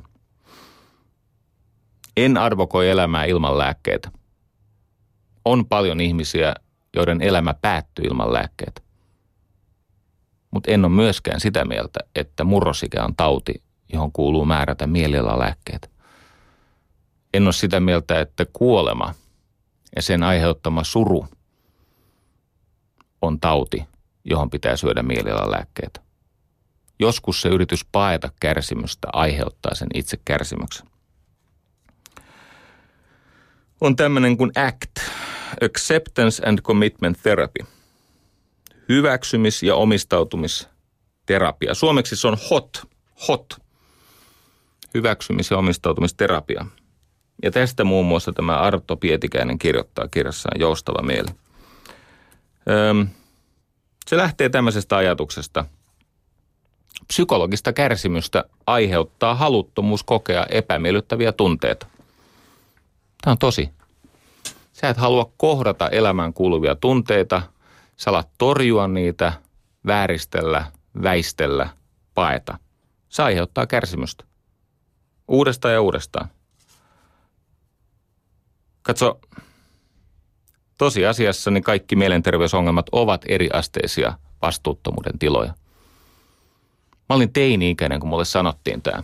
En advokoi elämää ilman lääkkeitä. On paljon ihmisiä, joiden elämä päättyy ilman lääkkeitä. Mutta en ole myöskään sitä mieltä, että murrosikä on tauti, johon kuuluu määrätä mielialalääkkeet. En ole sitä mieltä, että kuolema ja sen aiheuttama suru on tauti, johon pitää syödä mielialalääkkeitä. Joskus se yritys paeta kärsimystä aiheuttaa sen itse kärsimyksen. On tämmöinen kuin ACT, Acceptance and Commitment Therapy. Hyväksymis- ja omistautumisterapia. Suomeksi se on HOT. Hyväksymis- ja omistautumisterapia. Ja tästä muun muassa tämä Arto Pietikäinen kirjoittaa kirjassaan Joustava mieli. Se lähtee tämmöisestä ajatuksesta. Psykologista kärsimystä aiheuttaa haluttomuus kokea epämiellyttäviä tunteita. Tämä on tosi. Sä et halua kohdata elämään kuuluvia tunteita, sä alat torjua niitä, vääristellä, väistellä, paeta. Se aiheuttaa kärsimystä. Uudestaan ja uudestaan. Katso, tosiasiassa niin kaikki mielenterveysongelmat ovat eriasteisia vastuuttomuuden tiloja. Mä olin teini-ikäinen, kun mulle sanottiin tämä.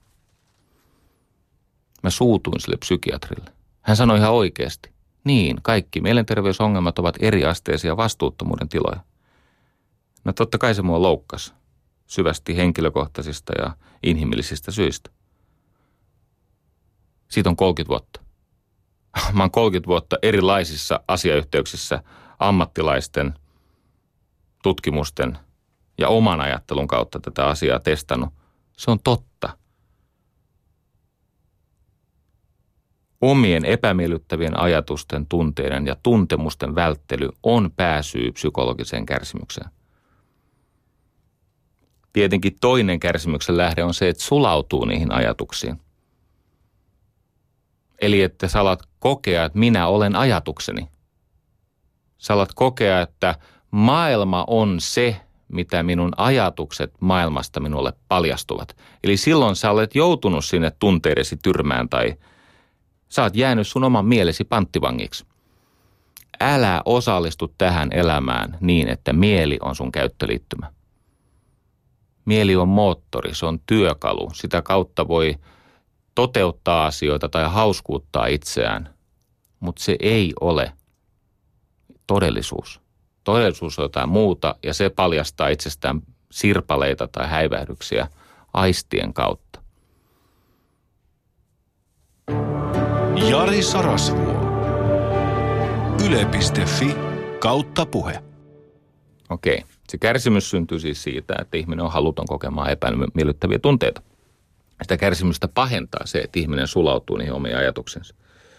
Mä suutuin sille psykiatrille. Hän sanoi ihan oikeasti. Niin, kaikki mielenterveysongelmat ovat eriasteisia vastuuttomuuden tiloja. No totta kai se mua loukkasi. Syvästi henkilökohtaisista ja inhimillisistä syistä. Siitä on 30 vuotta. Mä oon 30 vuotta erilaisissa asiayhteyksissä ammattilaisten, tutkimusten ja oman ajattelun kautta tätä asiaa testannut. Se on totta. Omien epämiellyttävien ajatusten, tunteiden ja tuntemusten välttely on pääsyy psykologiseen kärsimykseen. Tietenkin toinen kärsimyksen lähde on se, että sulautuu niihin ajatuksiin. Eli että sä alat kokea, että minä olen ajatukseni. Sä alat kokea, että maailma on se, mitä minun ajatukset maailmasta minulle paljastuvat. Eli silloin sä olet joutunut sinne tunteidesi tyrmään tai sä oot jäänyt sun oman mielesi panttivangiksi. Älä osallistu tähän elämään niin, että mieli on sun käyttöliittymä. Mieli on moottori, se on työkalu. Sitä kautta voi toteuttaa asioita tai hauskuuttaa itseään, mutta se ei ole todellisuus. Todellisuus on jotain muuta ja se paljastaa itsestään sirpaleita tai häivähdyksiä aistien kautta. Jari Sarasvuo. Yle.fi/puhe. Okei. Se kärsimys syntyy siis siitä, että ihminen on haluton kokemaan epämiellyttäviä tunteita. Sitä kärsimystä pahentaa se, että ihminen sulautuu niihin omiin ajatuksensa.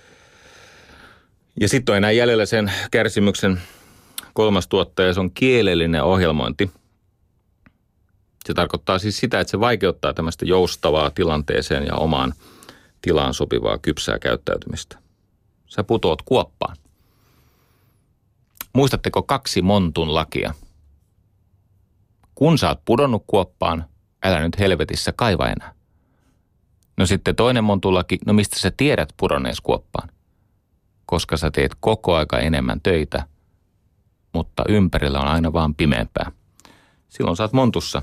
Ja sitten on enää jäljellä sen kärsimyksen kolmas tuottaja, se on kielellinen ohjelmointi. Se tarkoittaa siis sitä, että se vaikeuttaa tämmöistä joustavaa tilanteeseen ja omaan tilaan sopivaa kypsää käyttäytymistä. Sä putoat kuoppaan. Muistatteko 2 Montun lakia? Kun sä oot pudonnut kuoppaan, älä nyt helvetissä kaiva enää. No sitten toinen Montun laki, no mistä sä tiedät pudonnees kuoppaan? Koska sä teet koko aika enemmän töitä, mutta ympärillä on aina vaan pimeämpää. Silloin sä oot montussa.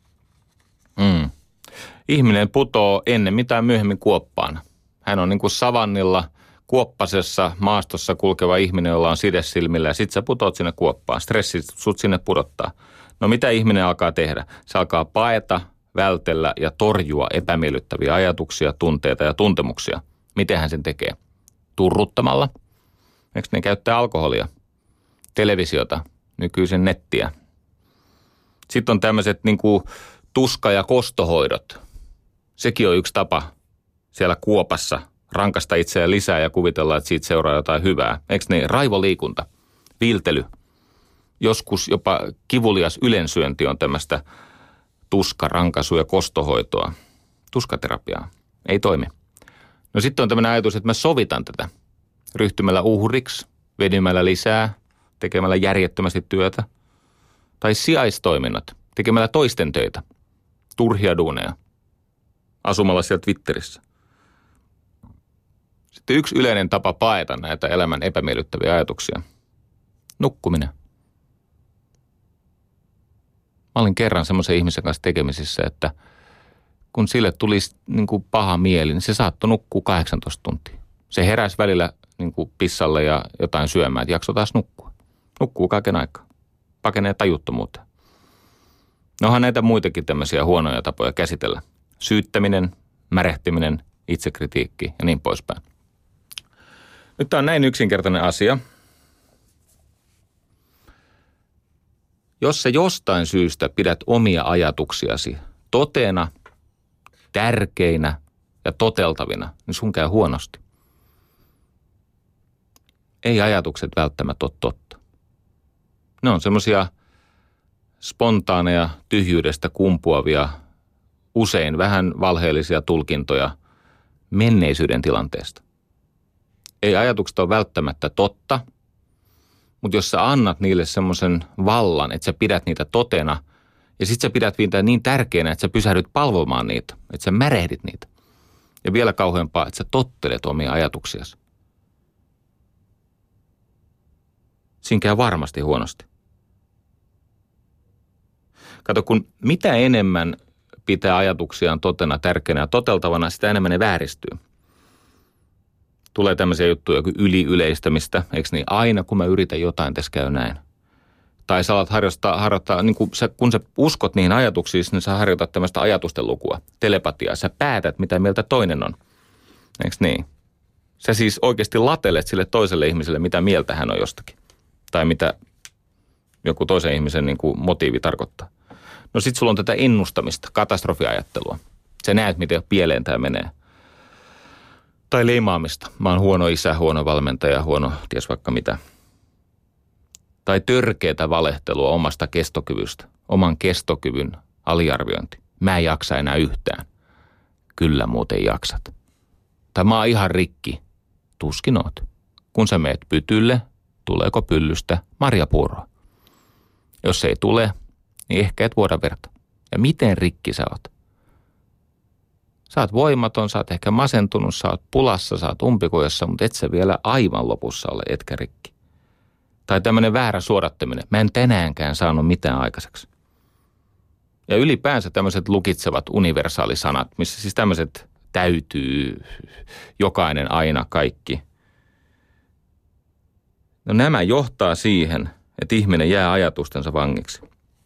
Ihminen putoo ennen mitään myöhemmin kuoppaan. Hän on niin kuin savannilla kuoppasessa maastossa kulkeva ihminen, jolla on side silmillä ja sit sä putoat sinne kuoppaan. Stressi sut sinne pudottaa. No mitä ihminen alkaa tehdä? Se alkaa paeta, vältellä ja torjua epämiellyttäviä ajatuksia, tunteita ja tuntemuksia. Miten hän sen tekee? Turruttamalla. Eikö ne käyttää alkoholia? Televisiota, nykyisen nettiä. Sitten on tämmöiset niin kuin tuska- ja kostohoidot. Sekin on yksi tapa siellä kuopassa rankasta itseään lisää ja kuvitella, että siitä seuraa jotain hyvää. Eikö ne raivoliikunta, viiltely, joskus jopa kivulias ylensyönti on tämmöistä tuska-, rankaisu- ja kostohoitoa. Tuskaterapiaa. Ei toimi. No sitten on tämmöinen ajatus, että mä sovitan tätä ryhtymällä uhriksi, venymällä lisää, tekemällä järjettömästi työtä. Tai sijaistoiminnot, tekemällä toisten töitä, turhia duuneja, asumalla siellä Twitterissä. Sitten yksi yleinen tapa paeta näitä elämän epämiellyttäviä ajatuksia. Nukkuminen. Mä olin kerran semmoisen ihmisen kanssa tekemisissä, että kun sille tuli niin kuin paha mieli, niin se saattoi nukkua 18 tuntia. Se heräsi välillä niin kuin pissalle ja jotain syömään, että jakso taas nukkua. Nukkuu kaiken aikaa. Pakenee tajuttomuuteen. No onhan näitä muitakin tämmöisiä huonoja tapoja käsitellä. Syyttäminen, märehtiminen, itsekritiikki ja niin poispäin. Nyt tämä on näin yksinkertainen asia. Jos sä jostain syystä pidät omia ajatuksiasi totena, tärkeinä ja toteltavina, niin sun käy huonosti. Ei ajatukset välttämättä ole totta. Ne on semmoisia spontaaneja, tyhjyydestä kumpuavia, usein vähän valheellisia tulkintoja menneisyyden tilanteesta. Ei ajatukset ole välttämättä totta, mutta jos sä annat niille semmoisen vallan, että sä pidät niitä totena, ja sit sä pidät niitä niin tärkeänä, että sä pysähdyt palvomaan niitä, että sä märehdit niitä. Ja vielä kauheampaa, että sä tottelet omia ajatuksiasi. Siinä käy varmasti huonosti. Kato, kun mitä enemmän pitää ajatuksiaan totena, tärkeänä ja toteltavana, sitä enemmän ne vääristyy. Tulee tämmöisiä juttuja kuin yliyleistämistä, eikö niin? Aina kun mä yritän jotain, tässä käy näin. Tai sä alat harjoittaa niin kun sä uskot niihin ajatuksiin, niin sä harjoitat tämmöistä ajatusten lukua, telepatiaa. Sä päätät, mitä mieltä toinen on. Eikö niin? Sä siis oikeasti latelet sille toiselle ihmiselle, mitä mieltä hän on jostakin. Tai mitä joku toisen ihmisen niin kuin motiivi tarkoittaa. No sit sulla on tätä ennustamista, katastrofiajattelua. Sä näet, miten pieleen tämä menee. Tai leimaamista. Mä oon huono isä, huono valmentaja, huono ties vaikka mitä. Tai törkeätä valehtelua omasta kestokyvystä. Oman kestokyvyn aliarviointi. Mä en jaksa enää yhtään. Kyllä muuten jaksat. Tai mä oon ihan rikki. Tuskin oot. Kun sä meet pytylle, tuleeko pyllystä marjapuuroa? Jos ei tule, niin ehkä et vuoda verta. Ja miten rikki sä oot? Sä oot voimaton, sä oot ehkä masentunut, sä oot pulassa, sä oot umpikujassa, mutta et sä vielä aivan lopussa ole etkä rikki. Tai tämmöinen väärä suodattaminen. Mä en tänäänkään saanut mitään aikaiseksi. Ja ylipäänsä tämmöiset lukitsevat universaalisanat, missä siis tämmöiset täytyy, jokainen, aina, kaikki. No nämä johtaa siihen, että ihminen jää ajatustensa vangiksi.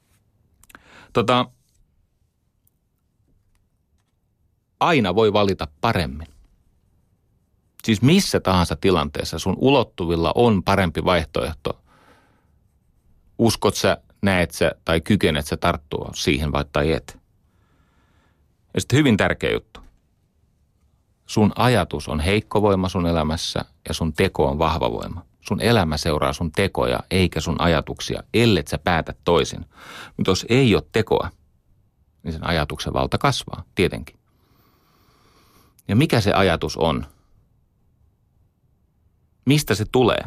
Aina voi valita paremmin. Siis missä tahansa tilanteessa sun ulottuvilla on parempi vaihtoehto. Uskot sä, näet sä tai kykenet sä tarttua siihen vai tai et. Ja sitten hyvin tärkeä juttu. Sun ajatus on heikko voima sun elämässä ja sun teko on vahva voima. Sun elämä seuraa sun tekoja eikä sun ajatuksia, ellet sä päätä toisin. Mutta jos ei ole tekoa, niin sen ajatuksen valta kasvaa, tietenkin. Ja mikä se ajatus on? Mistä se tulee?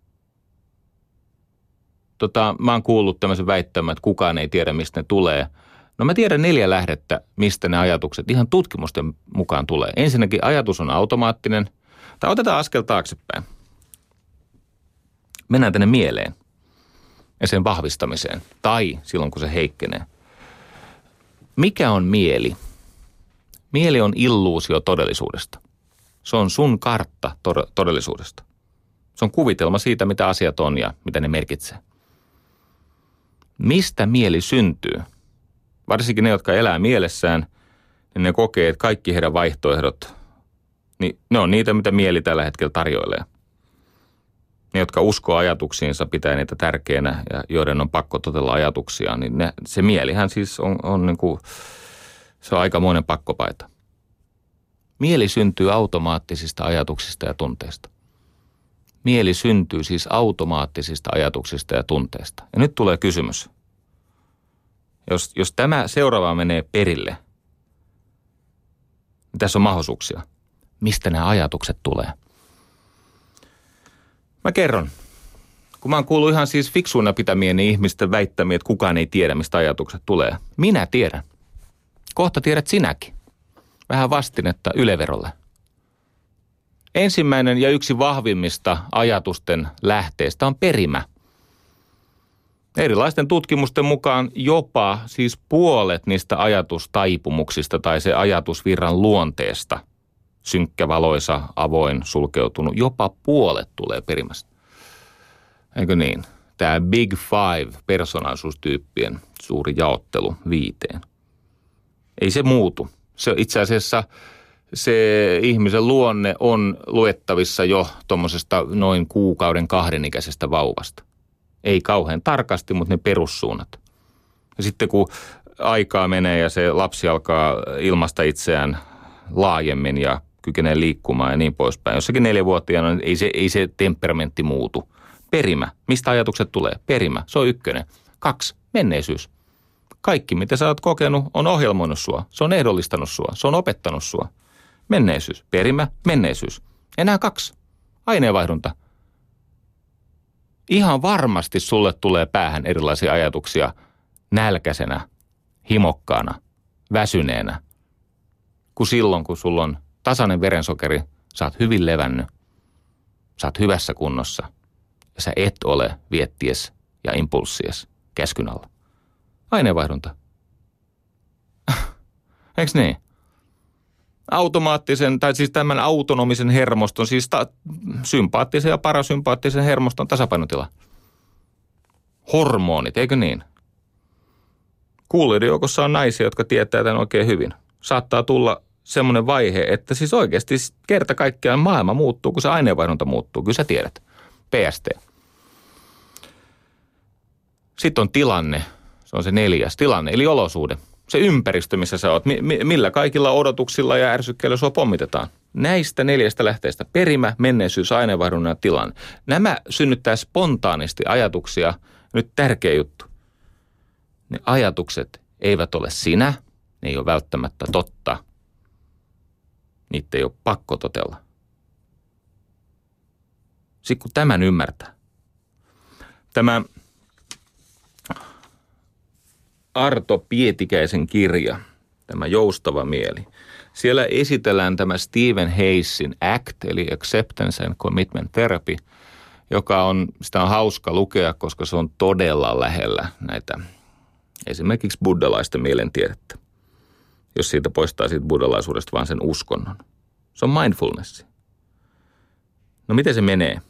Mä oon kuullut tämmöisen väittämän, että kukaan ei tiedä, mistä ne tulee. No mä tiedän 4 lähdettä, mistä ne ajatukset ihan tutkimusten mukaan tulee. Ensinnäkin ajatus on automaattinen. Tai otetaan askel taaksepäin. Mennään tänne mieleen ja sen vahvistamiseen. Tai silloin, kun se heikkenee. Mikä on mieli? Mieli on illuusio todellisuudesta. Se on sun kartta todellisuudesta. Se on kuvitelma siitä, mitä asiat on ja mitä ne merkitsee. Mistä mieli syntyy? Varsinkin ne, jotka elää mielessään, niin ne kokee, että kaikki heidän vaihtoehdot, niin ne on niitä, mitä mieli tällä hetkellä tarjoilee. Ne, jotka uskoo ajatuksiinsa, pitää niitä tärkeänä ja joiden on pakko totella ajatuksia, niin se mielihän siis on niin kuin, se on aikamoinen pakkopaita. Mieli syntyy automaattisista ajatuksista ja tunteista. Mieli syntyy siis automaattisista ajatuksista ja tunteista. Ja nyt tulee kysymys. Jos tämä seuraava menee perille, niin tässä on mahdollisuuksia. Mistä nämä ajatukset tulee? Mä kerron. Kun mä oon kuullut ihan siis fiksuina pitämieni ihmisten väittämiä, että kukaan ei tiedä, mistä ajatukset tulee. Minä tiedän. Kohta tiedät sinäkin. Vähän vastinetta Yle-verolle. Ensimmäinen ja yksi vahvimmista ajatusten lähteistä on perimä. Erilaisten tutkimusten mukaan jopa siis puolet niistä ajatustaipumuksista tai se ajatusvirran luonteesta, synkkä, valoisa, avoin, sulkeutunut, jopa puolet tulee perimästä. Eikö niin? Tämä Big Five persoonallisuustyyppien suuri jaottelu 5. Ei se muutu. Se itse asiassa se ihmisen luonne on luettavissa jo tuommoisesta noin 1-2 kuukauden ikäisestä vauvasta. Ei kauhean tarkasti, mutta ne perussuunnat. Ja sitten kun aikaa menee ja se lapsi alkaa ilmaista itseään laajemmin ja kykenee liikkumaan ja niin poispäin. Jossakin 4-vuotiaana ei se temperamentti muutu. Perimä. Mistä ajatukset tulee? Perimä. Se on 1. 2. Menneisyys. Kaikki, mitä sä oot kokenut, on ohjelmoinut sua. Se on ehdollistanut sua. Se on opettanut sua. Menneisyys. Perimä. Menneisyys. Enää 2. Aineenvaihdunta. Ihan varmasti sulle tulee päähän erilaisia ajatuksia nälkäisenä, himokkaana, väsyneenä. Kuin silloin, kun sulla on tasainen verensokeri, sä oot hyvin levännyt, sä oot hyvässä kunnossa ja sä et ole vietties ja impulssies käskyn alla. Aineenvaihdunta. Eiks niin? Automaattisen, tai siis tämän autonomisen hermoston, siis sympaattisen ja parasympaattisen hermoston tasapainotila. Hormonit, eikö niin? Kuulijoiden joukossa on naisia, jotka tietää tämän oikein hyvin. Saattaa tulla semmoinen vaihe, että siis oikeasti kerta kaikkiaan maailma muuttuu, kun se aineenvaihdunta muuttuu. Kyllä sä tiedät. PST. Sitten on tilanne. Se on se 4. tilanne, eli olosuhde. Se ympäristö, missä sä oot. Millä kaikilla odotuksilla ja ärsykkeillä sua pommitetaan. Näistä 4 lähteistä. Perimä, menneisyys, aineenvaihdunnan ja tilanne. Nämä synnyttää spontaanisti ajatuksia. Nyt tärkeä juttu. Ne ajatukset eivät ole sinä. Ne ei ole välttämättä totta. Niitä ei ole pakko totella. Sitten kun tämän ymmärtää. Tämä Arto Pietikäisen kirja, tämä Joustava mieli. Siellä esitellään tämä Stephen Hayesin ACT, eli Acceptance and Commitment Therapy, sitä on hauska lukea, koska se on todella lähellä näitä esimerkiksi buddhalaisten mielentiedettä. Jos siitä poistaa siitä buddhalaisuudesta vaan sen uskonnon. Se on mindfulness. No miten se menee?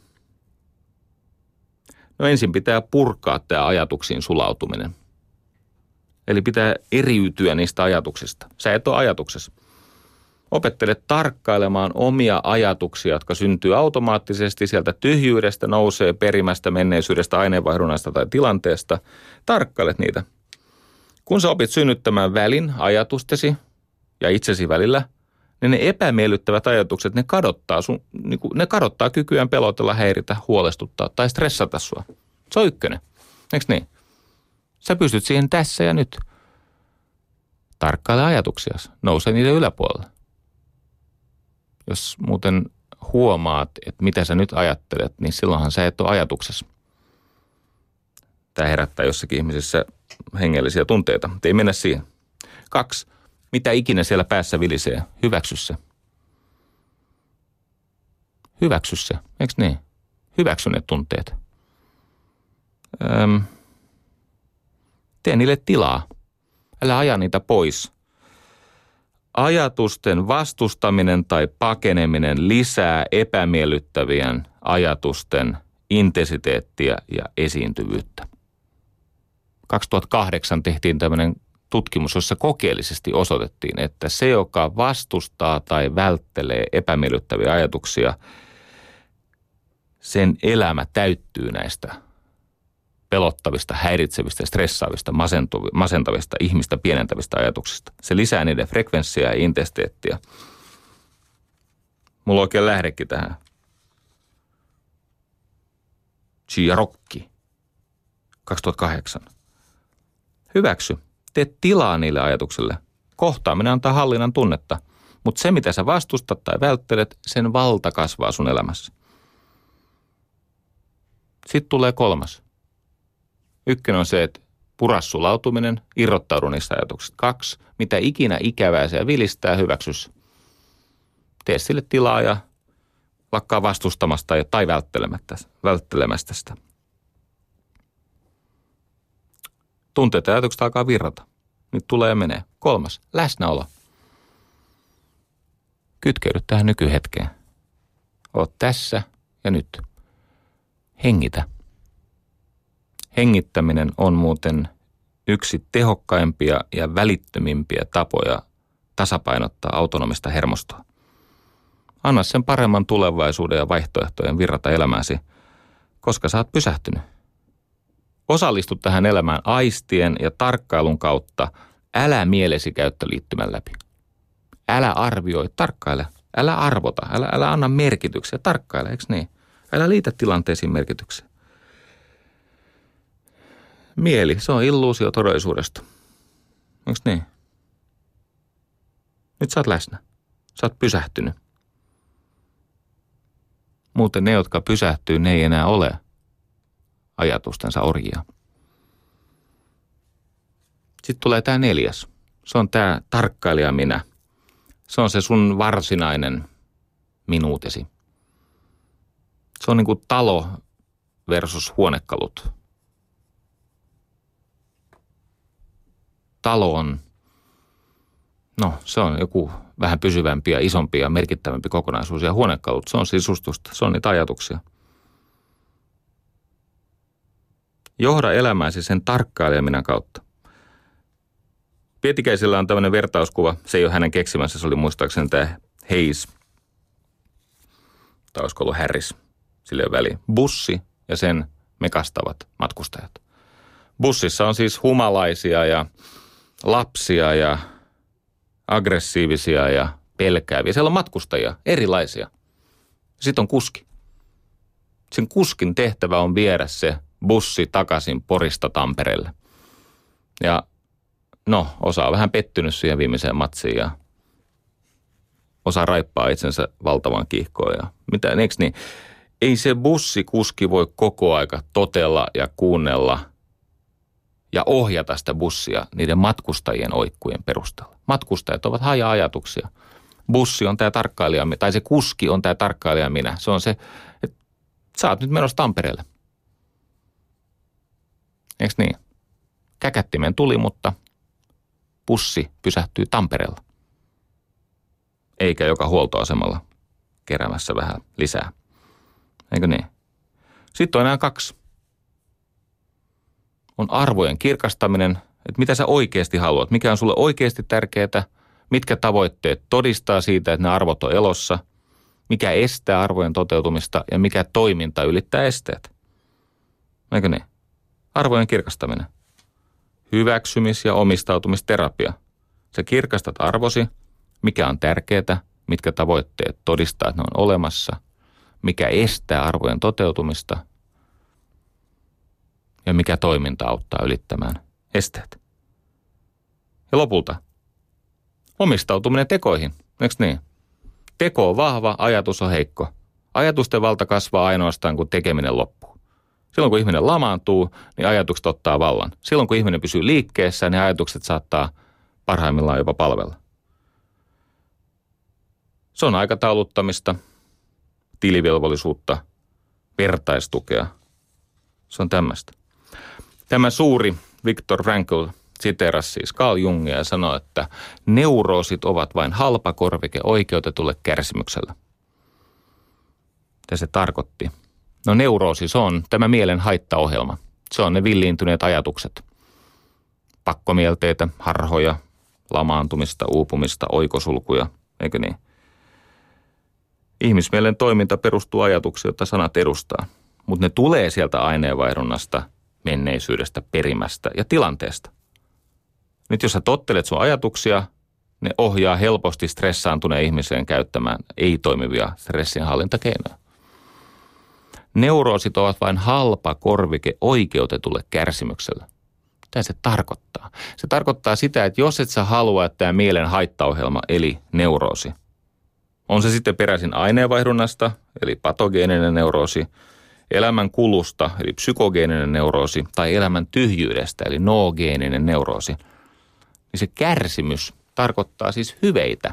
No ensin pitää purkaa tämä ajatuksiin sulautuminen. Eli pitää eriytyä niistä ajatuksista. Sä et ole ajatuksessa. Opettele tarkkailemaan omia ajatuksia, jotka syntyy automaattisesti sieltä tyhjyydestä, nousee perimästä, menneisyydestä, aineenvaihdunnasta tai tilanteesta. Tarkkailet niitä. Kun sä opit synnyttämään välin ajatustesi ja itsesi välillä, niin ne epämiellyttävät ajatukset, ne kadottaa kykyään pelotella, häiritä, huolestuttaa tai stressata sua. Se on 1. Eikö niin? Sä pystyt siihen tässä ja nyt. Tarkkaile ajatuksiasi. Nouse niiden yläpuolelle. Jos muuten huomaat, että mitä sä nyt ajattelet, niin silloinhan sä et ole ajatuksessa. Tämä herättää jossakin ihmisessä hengellisiä tunteita, mutta ei mennä siihen. 2. Mitä ikinä siellä päässä vilisee? Hyväksy se. Hyväksy se. Eikö niin? Hyväksy ne tunteet. Tee niille tilaa. Älä aja niitä pois. Ajatusten vastustaminen tai pakeneminen lisää epämiellyttävien ajatusten intensiteettiä ja esiintyvyyttä. 2008 tehtiin tämmöinen tutkimus, jossa kokeellisesti osoitettiin, että se, joka vastustaa tai välttelee epämiellyttäviä ajatuksia, sen elämä täyttyy näistä pelottavista, häiritsevistä, stressaavista, masentavista, ihmistä pienentävistä ajatuksista. Se lisää niiden frekvenssiä ja intensiteettiä. Mulla on oikein lähdekin tähän. Chiarokki, 2008. Hyväksy. Tee tilaa niille ajatuksille. Kohtaaminen antaa hallinnan tunnetta. Mutta se, mitä sä vastustat tai välttelet, sen valta kasvaa sun elämässä. Sitten tulee 3. 1 on se, että pura sulautuminen, irrottaudu niistä ajatuksista. 2, mitä ikinä ikävää se vilistää, hyväksys. Tee sille tilaa ja lakkaa vastustamasta tai välttelemästä sitä. Tunteet ja ajatukset alkaa virrata. Nyt tulee ja menee. 3, läsnäolo. Kytkeydy tähän nykyhetkeen. Oot tässä ja nyt. Hengitä. Hengittäminen on muuten yksi tehokkaimpia ja välittömimpiä tapoja tasapainottaa autonomista hermostoa. Anna sen paremman tulevaisuuden ja vaihtoehtojen virrata elämääsi, koska sä oot pysähtynyt. Osallistu tähän elämään aistien ja tarkkailun kautta, älä mielesi käyttöliittymän läpi. Älä arvioi, tarkkaile, älä arvota, älä anna merkityksiä, tarkkaile, eikö niin? Älä liitä tilanteisiin merkityksiä. Mieli, se on illuusio todellisuudesta. Onko niin? Nyt sä oot läsnä. Sä oot pysähtynyt. Muuten ne, jotka pysähtyy, ne ei enää ole ajatustensa orjia. Sitten tulee tämä 4. Se on tämä tarkkailija minä. Se on se sun varsinainen minuutesi. Se on niin kuin talo versus huonekalut. Talo on, se on joku vähän pysyvämpi ja isompi ja merkittävämpi kokonaisuus. Ja huonekalut, se on sisustusta, se on niitä ajatuksia. Johda elämääsi sen tarkkailijaminän kautta. Pietikäisellä on tämmöinen vertauskuva, se ei ole hänen keksimänsä, se oli muistaakseni tämä Hayes. Tai olisiko ollut Harris, sille ei väliin. Bussi ja sen mekastavat matkustajat. Bussissa on siis humalaisia ja lapsia ja aggressiivisia ja pelkääviä. Siellä on matkustajia, erilaisia. Sitten on kuski. Sen kuskin tehtävä on viedä se bussi takaisin Porista Tampereelle. Ja osa on vähän pettynyt siihen viimeiseen matsiin ja osa raippaa itsensä valtavan kiihkoon. Ja eikö niin? Ei se bussikuski voi koko aika totella ja kuunnella ja ohjata sitä bussia niiden matkustajien oikkujen perusteella. Matkustajat ovat haja-ajatuksia. Bussi on tämä tarkkailija, tai se kuski on tämä tarkkailija minä. Se on se, että sä oot nyt menossa Tampereelle. Eikö niin? Käkättimen tuli, mutta bussi pysähtyy Tampereella. Eikä joka huoltoasemalla keräämässä vähän lisää. Eikö niin? Sitten on enää 2. On arvojen kirkastaminen, että mitä sä oikeasti haluat, mikä on sulle oikeasti tärkeää, mitkä tavoitteet todistaa siitä, että ne arvot on elossa, mikä estää arvojen toteutumista ja mikä toiminta ylittää esteet. Eikö niin? Arvojen kirkastaminen. Hyväksymis- ja omistautumisterapia. Sä kirkastat arvosi, mikä on tärkeää, mitkä tavoitteet todistaa, että ne on olemassa, mikä estää arvojen toteutumista ja mikä toiminta auttaa ylittämään esteet. Ja lopulta omistautuminen tekoihin, eikö niin? Teko on vahva, ajatus on heikko. Ajatusten valta kasvaa ainoastaan, kun tekeminen loppuu. Silloin kun ihminen lamaantuu, niin ajatukset ottaa vallan. Silloin kun ihminen pysyy liikkeessä, niin ajatukset saattaa parhaimmillaan jopa palvella. Se on aikatauluttamista, tilivelvollisuutta, vertaistukea. Se on tämmöistä. Tämä suuri Viktor Frankl siteerasi siis Carl Jungia ja sanoi, että neuroosit ovat vain halpa korvike oikeutetulle kärsimykselle. Mitä se tarkoitti? No neuroosi, se on tämä mielen haittaohjelma. Se on ne villiintyneet ajatukset. Pakkomielteitä, harhoja, lamaantumista, uupumista, oikosulkuja, eikö niin? Ihmismielen toiminta perustuu ajatuksiin, joita sanat edustaa, mutta ne tulee sieltä aineenvaihdunnasta, menneisyydestä, perimästä ja tilanteesta. Nyt jos sä tottelet sun ajatuksia, ne ohjaa helposti stressaantuneen ihmiseen käyttämään ei-toimivia stressinhallintakeinoja. Neuroosit ovat vain halpa korvike oikeutetulle kärsimykselle. Mitä se tarkoittaa? Se tarkoittaa sitä, että jos et sä halua, että tämä mielen haittaohjelma eli neuroosi, on se sitten peräisin aineenvaihdunnasta, eli patogeeninen neuroosi, elämän kulusta, eli psykogeeninen neuroosi, tai elämän tyhjyydestä, eli noogeeninen neuroosi, niin se kärsimys tarkoittaa siis hyveitä.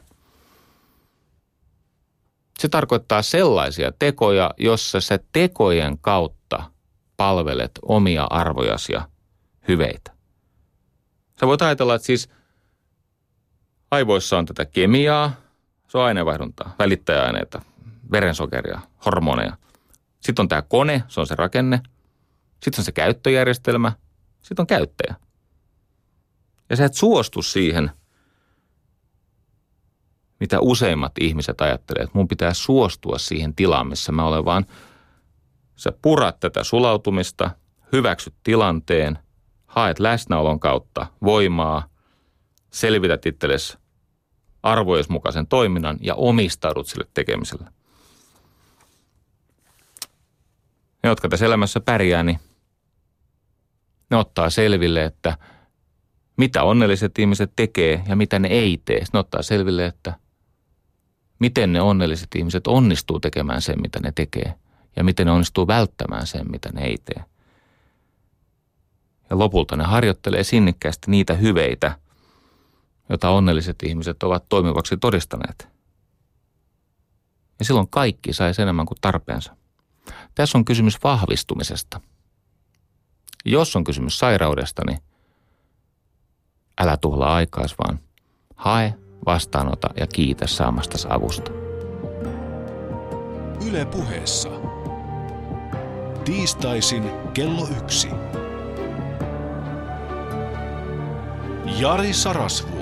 Se tarkoittaa sellaisia tekoja, jossa sä tekojen kautta palvelet omia arvojasi ja hyveitä. Sä voit ajatella, että siis aivoissa on tätä kemiaa, se on aineenvaihduntaa, välittäjäaineita, verensokeria, hormoneja. Sitten on tämä kone, se on se rakenne. Sitten on se käyttöjärjestelmä, sitten on käyttäjä. Ja sä et suostu siihen, mitä useimmat ihmiset ajattelee, että mun pitää suostua siihen tilaan, missä mä olen, vaan sä purat tätä sulautumista, hyväksyt tilanteen, haet läsnäolon kautta voimaa, selvität itsellesi arvojes mukaisen toiminnan ja omistaudut sille tekemiselle. Ne, jotka tässä elämässä pärjää, niin ne ottaa selville, että mitä onnelliset ihmiset tekee ja mitä ne ei tee. Ne ottaa selville, että miten ne onnelliset ihmiset onnistuu tekemään sen, mitä ne tekee ja miten ne onnistuu välttämään sen, mitä ne ei tee. Ja lopulta ne harjoittelee sinnikkäästi niitä hyveitä, joita onnelliset ihmiset ovat toimivaksi todistaneet. Ja silloin kaikki saisi enemmän kuin tarpeensa. Tässä on kysymys vahvistumisesta. Jos on kysymys sairaudesta, niin älä tuhlaa aikaas, vaan hae, vastaanota ja kiitä saamastasi avusta. Yle Puheessa. Tiistaisin kello 1. Jari Sarasvuo.